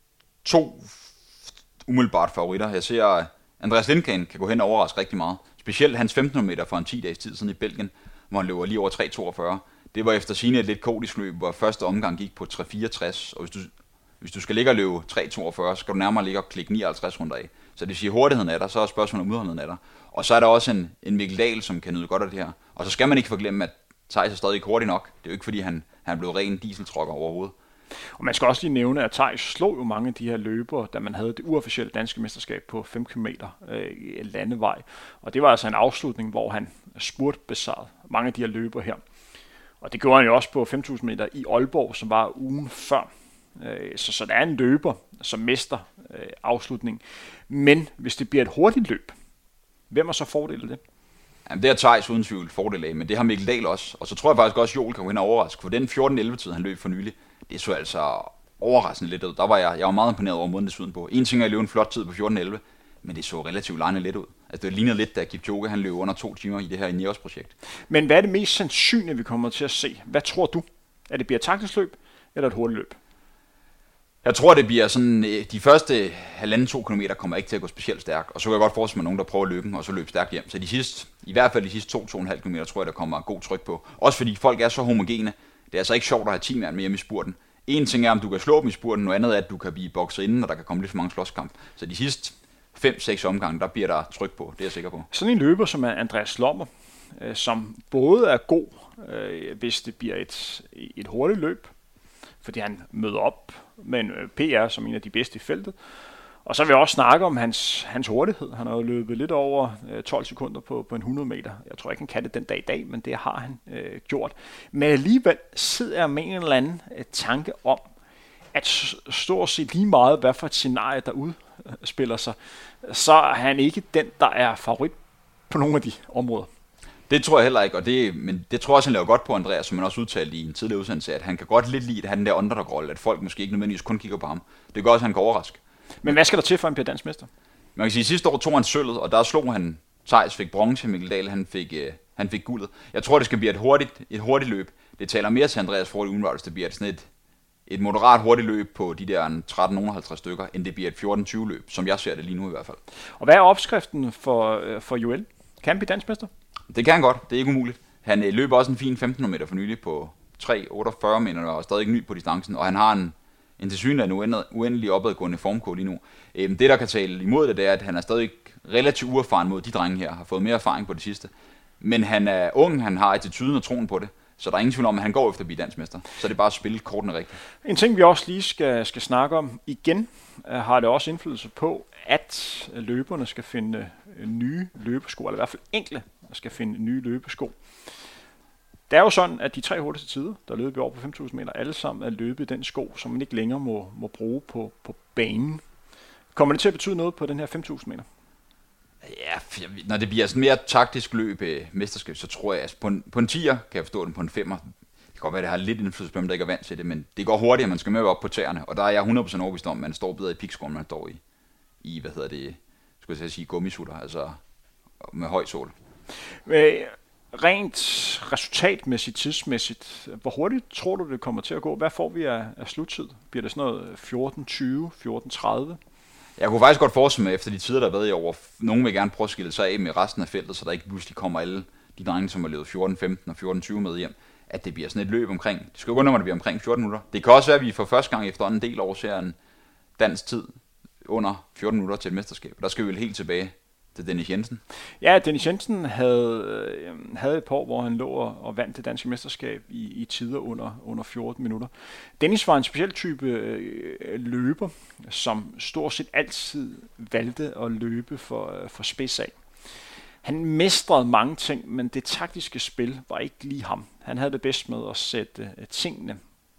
to umiddelbart favoritter. Jeg ser, at Andreas Lindgren kan gå hen og overraske rigtig meget. Specielt hans femten kilometer for en ti dages tid siden i Belgien, hvor han løber lige over tre toogfyrre. Det var efter sigende et lidt kaotisk løb, hvor første omgang gik på tre fireogtres, og hvis du, hvis du skal ligge og løbe tre toogfyrre, så skal du nærmere ligge og klikke nioghalvtreds runder af. Så det siger, hurtigheden er der, så er spørgsmålet om udholdenheden er der. Og så er der også en, en Mikkel Dahl, som kan nyde godt af det her. Og så skal man ikke forglemme, at Theis er stadig ikke hurtig nok. Det er jo ikke, fordi han, han er blevet ren dieseltrucker overhovedet. Og man skal også lige nævne, at Theis slog jo mange af de her løbere, da man havde det uofficielle danske mesterskab på fem kilometer øh, landevej. Og det var altså en afslutning, hvor han spurtbesejrede mange af de her løbere her. Og det gjorde han jo også på fem tusind meter i Aalborg, som var ugen før. Så, så der er en løber, som mister øh, afslutningen. Men hvis det bliver et hurtigt løb, hvem er så fordel af det? Jamen, det er Theis uden tvivl fordel af, men det har Mikkel Dahl også. Og så tror jeg faktisk også, at Joel kan gå hen og overraske. For den fjorten elleve tid, han løb for nylig, det så altså overraskende lidt ud. Der var jeg, jeg var meget imponeret over måden desuden på. En ting er at løbe en flot tid på fjorten elleve, men det så relativt lejende lidt ud. Altså, det lignede lidt, da Kipchoge han løb under to timer i det her Ineos-projekt. Men hvad er det mest sandsynlige, vi kommer til at se? Hvad tror du? Er det bliver et taktisk løb, eller et hurtigt løb? Jeg tror, det bliver sådan, de første halvanden to kilometer kommer ikke til at gå specielt stærkt, og så kan jeg godt forestille mig nogen, der prøver at løbe, og så løbe stærkt hjem. Så de sidste, i hvert fald de sidste to til to komma fem kilometer, tror jeg, der kommer god tryk på. Også fordi folk er så homogene. Det er altså ikke sjovt at have ti mand med hjemme i spurten. En ting er, om du kan slå dem i spurten, noget andet er, at du kan blive bokset inden, og der kan komme lidt for mange slåskamp. Så de sidste fem seks omgange, der bliver der tryk på, det er jeg sikker på. Sådan en løber som er Andreas Lommer, øh, som både er god, øh, hvis det bliver et, et hurtigt løb, fordi han møder op med en P R som en af de bedste i feltet. Og så vil jeg også snakke om hans, hans hurtighed. Han har jo løbet lidt over øh, tolv sekunder på, på en hundrede meter. Jeg tror ikke, han kan det den dag i dag, men det har han øh, gjort. Men alligevel sidder jeg med en eller anden øh, tanke om, at stort set lige meget, hvad for et scenarie der udspiller sig, så er han ikke den, der er favorit på nogle af de områder. Det tror jeg heller ikke, og det, men det tror jeg også, han laver godt på Andreas, som han også udtalte i en tidligere udsendelse, at han kan godt lidt lide at have den der underdog-rolle, at folk måske ikke nødvendigvis kun kigger på ham. Det gør også, at han kan overraske. Men hvad skal der til, for han bliver dansk mester? Man kan sige, at sidste år tog han sølvet, og der slog han Theis, fik bronze, Mikkel Dahl, han fik, øh, han fik guldet. Jeg tror, det skal blive et hurtigt, et hurtigt løb. Det taler mere til Andreas fordel udenvejs, hvis det bliver sådan et, et moderat hurtigt løb på de der tretten halvtreds stykker, end det bliver et fjorten tyve løb, som jeg ser det lige nu i hvert fald. Og hvad er opskriften for, for Joel? Kan han blive dansk mester? Det kan han godt, det er ikke umuligt. Han øh, løber også en fin femten kilometer for nylig på tre otteogfyrre meter, og er stadig ny på distancen, og han har en, en tilsyneladende uendelig opadgående formkode lige nu. Øhm, det, der kan tale imod det, det er, at han er stadig relativt uerfaren mod de drenge her, har fået mere erfaring på det sidste. Men han er ung, han har attituden og troen på det, så der er ingen tvivl om, at han går efter at blive dansk mester. Så det er bare at spille kortene rigtigt. En ting, vi også lige skal, skal snakke om igen, har det også indflydelse på, at løberne skal finde nye løbesko, eller i hvert fald enkle skal finde nye løbesko. Det er jo sådan, at de tre hurtigste tider, der løb i år på fem tusind meter, alle sammen er løbet i den sko, som man ikke længere må, må bruge på, på banen. Kommer det til at betyde noget på den her fem tusind meter? Ja, når det bliver sådan mere taktisk løb i mesterskab, så tror jeg, at på en, på en tier kan jeg forstå den, på en femmer. Det kan godt være, at det har lidt indflydelse på dem, der ikke er vant til det, men det går hurtigt, man skal med op på tæerne, og der er jeg hundrede procent overbevist om, at man står bedre i pikskoen, man står i, i hvad hedder det, skulle jeg sige, gummisutter, altså med høj sål. Rent resultatmæssigt, tidsmæssigt, hvor hurtigt tror du, det kommer til at gå? Hvad får vi af, af sluttid? Bliver det sådan noget fjorten tyve, fjorten tredive? Jeg kunne faktisk godt forestille mig, efter de tider, der har været i over, nogen vil gerne prøve at skille sig af med resten af feltet, så der ikke pludselig kommer alle de drenge, som har levet fjorten femten og fjorten tyve med hjem, at det bliver sådan et løb omkring. Det skal jo gå, når det bliver omkring fjorten minutter. Det kan også være, at vi for første gang efter en del år ser en dansk tid under fjorten minutter til et mesterskab. Der skal vi vel helt tilbage til Dennis Jensen. Ja, Dennis Jensen havde, øh, havde et par år, hvor han lå og vandt det danske mesterskab i, i tider under, under fjorten minutter. Dennis var en speciel type øh, løber, som stort set altid valgte at løbe for, for spids af. Han mestrede mange ting, men det taktiske spil var ikke lige ham. Han havde det bedst med at sætte tingene,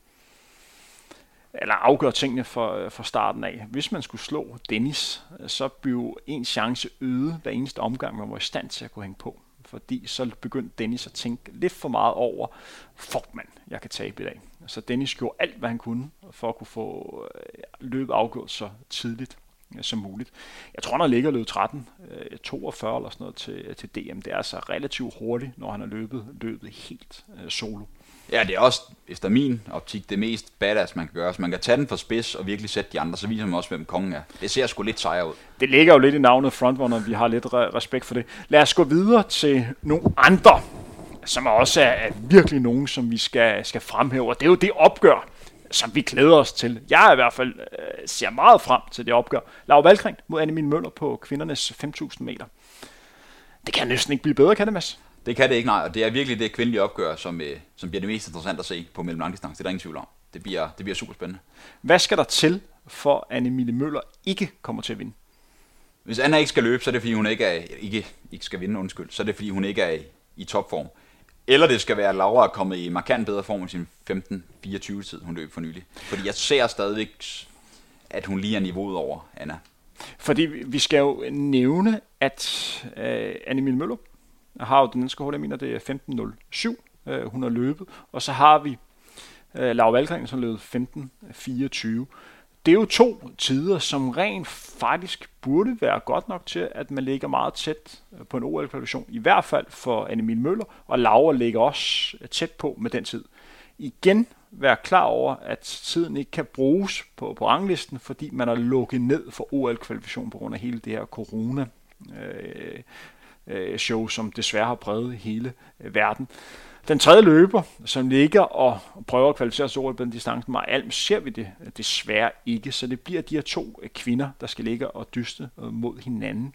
eller afgøre tingene fra, fra starten af. Hvis man skulle slå Dennis, så blev en chance øget hver eneste omgang, man var i stand til at kunne hænge på. Fordi så begyndte Dennis at tænke lidt for meget over, fuck mand, jeg kan tabe i dag. Så Dennis gjorde alt, hvad han kunne, for at kunne få løbet afgjort så tidligt som muligt. Jeg tror, han har ligget og løbet tretten toogfyrre eller sådan noget til, til D M. Det er altså relativt hurtigt, når han har løbet løbet helt øh, solo. Ja, det er også, efter min optik, det mest badass, man kan gøre. Så man kan tage den for spids og virkelig sætte de andre, så viser man også, hvem kongen er. Det ser sgu lidt sejere ud. Det ligger jo lidt i navnet frontrunner, vi har lidt re- respekt for det. Lad os gå videre til nogle andre, som også er, er virkelig nogen, som vi skal, skal fremhæve. Og det er jo det opgør, som vi glæder os til. Jeg er i hvert fald øh, ser meget frem til det opgør. Laura Valdgren mod Anne-Mille Møller på kvindernes fem tusind meter. Det kan næsten ikke blive bedre, kan det, Mads? Det kan det ikke, nej. Og det er virkelig det kvindelige opgør, som, øh, som bliver det mest interessant at se på mellemlangdistance. Det er der ingen tvivl om. Det bliver, det bliver super spændende. Hvad skal der til, for Anne-Mille Møller ikke kommer til at vinde? Hvis Anna ikke skal løbe, så er det fordi, hun ikke, er, ikke, ikke skal vinde, undskyld. Så er det fordi, hun ikke er i, i topform. Eller det skal være, at Laura er kommet i markant bedre form i sin femten fireogtyve tid, hun løb for nylig. Fordi jeg ser stadigvæk, at hun lige er niveauet over Anna. Fordi vi skal jo nævne, at øh, Anne-Mille Møller har jo den danske hold, jeg mener, det er femten nul syv, øh, hun har løbet. Og så har vi øh, Laura Valdgren, som løbet femten fireogtyve. Det er jo to tider, som rent faktisk burde være godt nok til, at man ligger meget tæt på en O L-kvalifikation. I hvert fald for Anne-Mille Møller, og Laura ligger også tæt på med den tid. Igen være klar over, at tiden ikke kan bruges på, på ranglisten, fordi man er lukket ned for O L-kvalifikation på grund af hele det her corona øh, øh, show, som desværre har præget hele øh, verden. Den tredje løber, som ligger og prøver at kvalificere sig over på den distance med Alm, ser vi det desværre ikke. Så det bliver de her to kvinder, der skal ligge og dyste mod hinanden.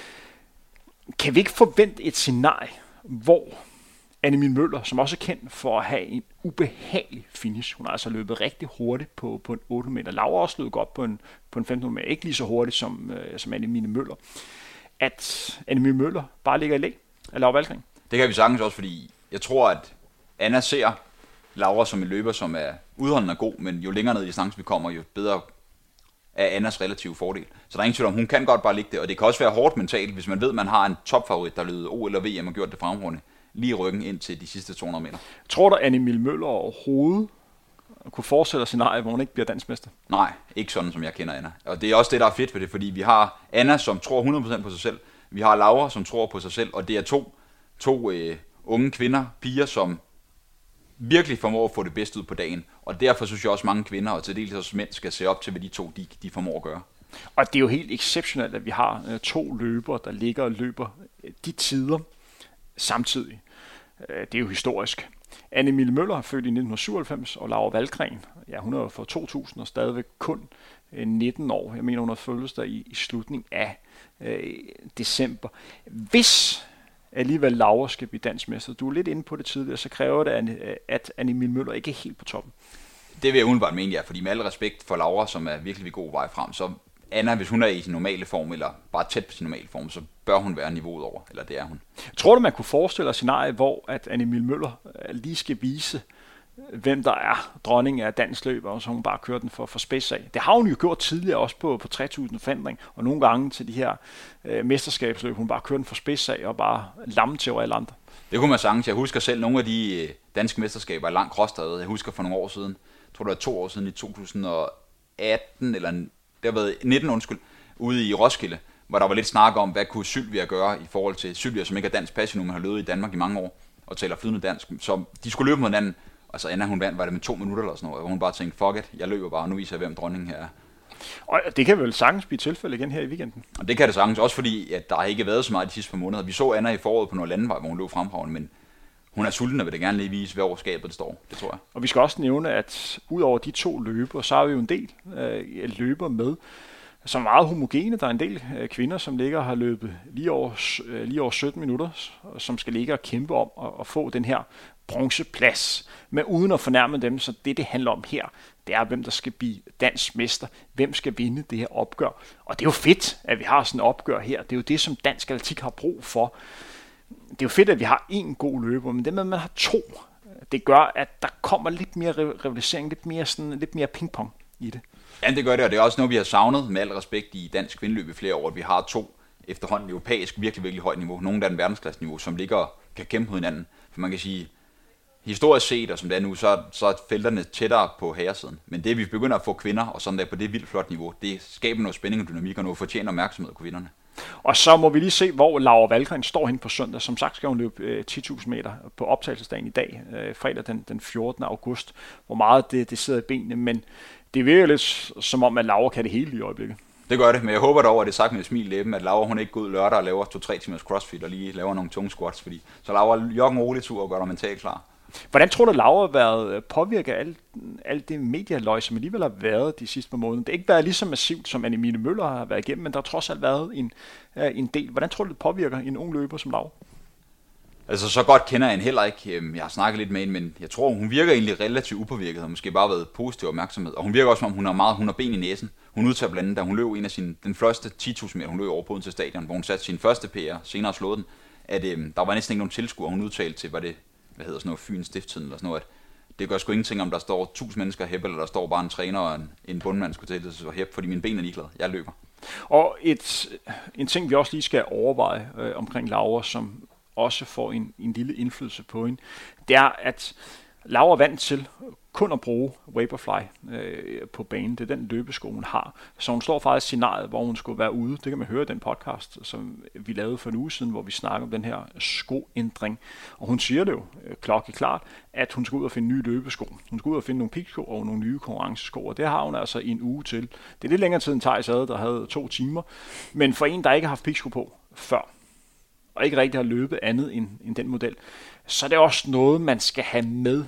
Kan vi ikke forvente et scenarie, hvor Anne-Mille Møller, som også er kendt for at have en ubehagelig finish, hun har altså løbet rigtig hurtigt på, på en otte meter. Laura også løbet godt på en, på en femten meter, ikke lige så hurtigt som, øh, som Anne-Mille Møller. At Anne-Mille Møller bare ligger i læg af Laura Valdgren. Det kan vi sagtens også, fordi jeg tror, at Anna ser Laura som en løber, som er udholdende og god, men jo længere ned i distancen vi kommer, jo bedre er Annas relative fordel. Så der er ingen tvivl om, hun kan godt bare ligge det, og det kan også være hårdt mentalt, hvis man ved, at man har en topfavorit, der løbet O eller V M og gjort det fremragende, lige i ryggen ind til de sidste to hundrede meter. Tror du, Anne-Mille Møller overhovedet kunne forestille sig scenarie, hvor hun ikke bliver danskmester? Nej, ikke sådan, som jeg kender Anna. Og det er også det, der er fedt ved det, fordi vi har Anna, som tror hundrede procent på sig selv, vi har Laura, som tror på sig selv, og det er to, to øh, unge kvinder, piger, som virkelig formår at få det bedste ud på dagen. Og derfor synes jeg også, mange kvinder, og til dels også mænd, skal se op til, hvad de to de, de formår at gøre. Og det er jo helt exceptionelt, at vi har øh, to løbere, der ligger og løber øh, de tider samtidig. Øh, det er jo historisk. Anne-Mille Møller er født i nitten syvoghalvfems, og Laura Valdgren, ja, hun er jo fra to tusind og stadigvæk kun øh, nitten år. Jeg mener, hun har fødselsdag i, i slutningen af øh, december. Hvis alligevel Laura skal blive danskmester, du er lidt inde på det tidligere, så kræver det, at Anne-Mille Møller ikke er helt på toppen. Det vil jeg umiddelbart mene, ja, fordi med al respekt for Laura, som er virkelig ved god vej frem, så Anna, hvis hun er i sin normale form, eller bare tæt på sin normale form, så bør hun være niveauet over, eller det er hun. Tror du, man kunne forestille sig et scenarie, hvor at Anne-Mille Møller lige skal vise, hvem der er dronning af dansk løb, og så hun bare kører den for, for spids af? Det har hun jo gjort tidligere, også på, på tre tusind forandring, og nogle gange til de her øh, mesterskabsløb, hun bare kører den for spids af, og bare lamme til over alle andre. Det kunne man sagtens. Jeg husker selv nogle af de øh, danske mesterskaber i lang cross. Jeg husker for nogle år siden, jeg tror det var to år siden, i to tusind og atten, eller det har været nitten, undskyld, ude i Roskilde, hvor der var lidt snak om, hvad kunne Sylvia gøre i forhold til Sylvia, som ikke er dansk pas nu, men har løbet i Danmark i mange år, og taler flydende dansk. Så de skulle løbe mod hinanden. Altså Anna, hun vandt, var det med to minutter eller sådan noget, og hun bare tænkte, fuck it, jeg løber bare, og nu viser jeg, hvem dronningen her er. Og det kan vel sagtens blive tilfælde igen her i weekenden. Og det kan det sagtens, også fordi, at der har ikke været så meget de sidste par måneder. Vi så Anna i foråret på noget landevej, hvor hun løb fremragende, men hun er sulten og vil da gerne lige vise, hvad overskabet det står, det tror jeg. Og vi skal også nævne, at ud over de to løber, så har vi jo en del øh, løber med, som er meget homogene. Der er en del øh, kvinder, som ligger og har løbet lige over, øh, lige over sytten minutter, som skal ligge og kæmpe om at, at få den her bronzeplads, men uden at fornærme dem. Så det, det handler om her, det er, hvem der skal blive dansk mester, hvem skal vinde det her opgør. Og det er jo fedt, at vi har sådan et opgør her. Det er jo det, som dansk atletik har brug for. Det er jo fedt, at vi har en god løber, men det med, at man har to, det gør, at der kommer lidt mere rivalisering, lidt mere, sådan, lidt mere pingpong i det. Ja, det gør det, og det er også noget, vi har savnet med al respekt i dansk kvindeløb i flere år, at vi har to efterhånden europæisk virkelig, virkelig højt niveau. Nogle af den verdensklasse-niveau, som ligger og kan kæmpe mod hinanden. For man kan sige, historisk set, og som det er nu, så, så er felterne tættere på herresiden. Men det, vi begynder at få kvinder, og sådan der på det vildt flot niveau, det skaber noget spænding og dynamik, og noget fortjener opmærksomhed af kvinderne. Og så må vi lige se, hvor Laura Wahlgren står hen på søndag. Som sagt skal hun løbe øh, ti tusind meter på optagelsesdagen i dag, øh, fredag den, den fjortende august. Hvor meget det, det sidder i benene, men det virker lidt som om, at Laura kan det hele i øjeblikket. Det gør det, men jeg håber dog, at det er sagt med et smil i læben, at Laura hun ikke går ud lørdag og laver to-tre timers crossfit og lige laver nogle tunge squats, fordi så Laura jogger en rolig tur og gør dig mentalt klar. Hvordan tror du, Laura har været påvirket af alt, alt det medieløg, som alligevel har været de sidste par måneder? Det har ikke været lige så massivt, som Anne-Mille Møller har været igennem, men der har trods alt været en, en del. Hvordan tror du, det påvirker en ung løber som Laura? Altså, så godt kender jeg hende heller ikke. Jeg har snakket lidt med hende, men jeg tror, hun virker egentlig relativt upåvirket, og måske bare været positiv opmærksomhed. Og hun virker også, som om hun har meget hun har ben i næsen. Hun udtager blandt andet, da hun løb en af sine, den første ti tusind meter, hun løb over på til stadion, hvor hun satte sin første P R, senere slået den, at øhm, der var næsten ikke nogen tilskuere. Hun udtalte til, hvad det hvad hedder sådan noget, Fyns Stiftstiden eller sådan noget, at det gør sgu ingenting, om der står tusind mennesker og hæppe, eller der står bare en træner og en, en bundmand skulle til at hæppe, fordi mine ben er ligeglade. Jeg løber. Og et, en ting, vi også lige skal overveje øh, omkring Laura, som også får en, en lille indflydelse på hende, det er, at Laura er vant til kun at bruge Vaporfly øh, på banen. Det er den løbesko, hun har. Så hun står faktisk i scenariet, hvor hun skulle være ude. Det kan man høre i den podcast, som vi lavede for en uge siden, hvor vi snakker om den her skoændring. Og hun siger det jo øh, klokkeklart, at hun skal ud og finde nye løbesko. Hun skal ud og finde nogle piksko og nogle nye konkurrencesko, og det har hun altså i en uge til. Det er lidt længere tid end Theis havde, der havde to timer. Men for en, der ikke har haft piksko på før, og ikke rigtig har løbet andet end, end den model, så er det også noget, man skal have med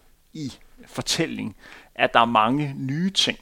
i fortælling, at der er mange nye ting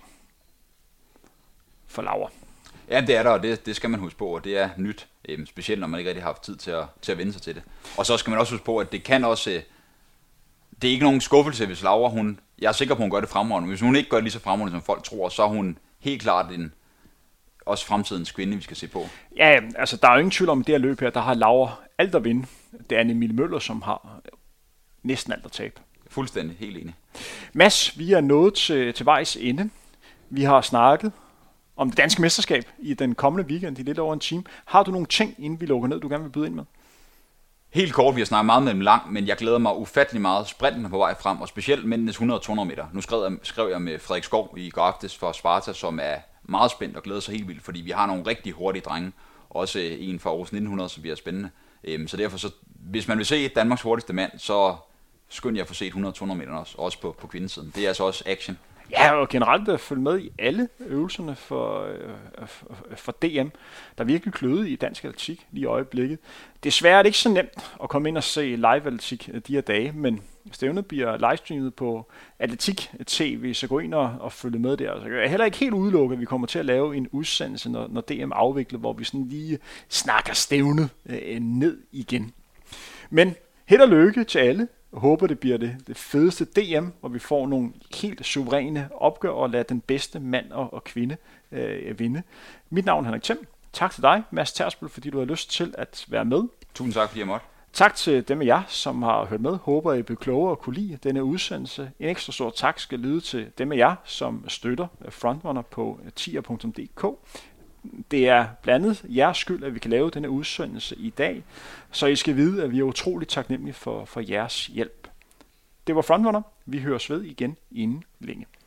for Laura. Ja, det er der, og det, det skal man huske på, og det er nyt, øhm, specielt når man ikke rigtig har haft tid til at, til at vende sig til det. Og så skal man også huske på, at det kan også, det er ikke nogen skuffelse, hvis Laura, hun, jeg er sikker på, hun gør det fremragende, hvis hun ikke gør det lige så fremragende, som folk tror, så er hun helt klart en, også fremtidens kvinde, vi skal se på. Ja, altså der er jo ingen tvivl om det her løb her, der har Laura alt at vinde. Det er Anne-Mille Møller, som har næsten alt at tabe. Fuldstændig, helt enig. Mads, vi er nået til, til vejs ende. Vi har snakket om det danske mesterskab i den kommende weekend i lidt over en time. Har du nogle ting, inden vi lukker ned, du gerne vil byde ind med? Helt kort, vi har snakket meget med dem lang, men jeg glæder mig ufattelig meget. Sprinten er på vej frem, og specielt mændenes hundrede to hundrede meter. Nu skrev jeg, skrev jeg med Frederik Skov i går aftes for Sparta, som er meget spændt og glæder sig helt vildt, fordi vi har nogle rigtig hurtige drenge. Også en fra Aarhus nitten hundrede, som bliver spændende. Så derfor, så, hvis man vil se Danmarks hurtigste mand, så skynd jeg at få set hundrede to hundrede meter også, også på, på kvindesiden. Det er altså også action. Ja, og generelt at følge med i alle øvelserne for, øh, for D M, der er virkelig kløde i dansk atletik lige i øjeblikket. Desværre er det ikke så nemt at komme ind og se live atletik de her dage, men stævnet bliver livestreamet på Atletik T V, så gå ind og, og følge med der. Så jeg er heller ikke helt udelukket, at vi kommer til at lave en udsendelse, når, når D M afvikler, hvor vi sådan lige snakker stævnet øh, ned igen. Men held og lykke til alle. Jeg håber, det bliver det, det fedeste D M, hvor vi får nogle helt suveræne opgør og lader den bedste mand og, og kvinde øh, vinde. Mit navn er Henrik Thiem. Tak til dig, Mads Tersbøl, fordi du har lyst til at være med. Tusind tak, fordi jeg måtte. Tak til dem af jer, som har hørt med. Håber, I blev klogere og kunne lide denne udsendelse. En ekstra stor tak skal lyde til dem af jer, som støtter Frontrunner på tier punktum d k. Det er blandt andet jeres skyld, at vi kan lave denne udsendelse i dag, så I skal vide, at vi er utroligt taknemmelige for, for jeres hjælp. Det var Frontrunner. Vi høres ved igen inden længe.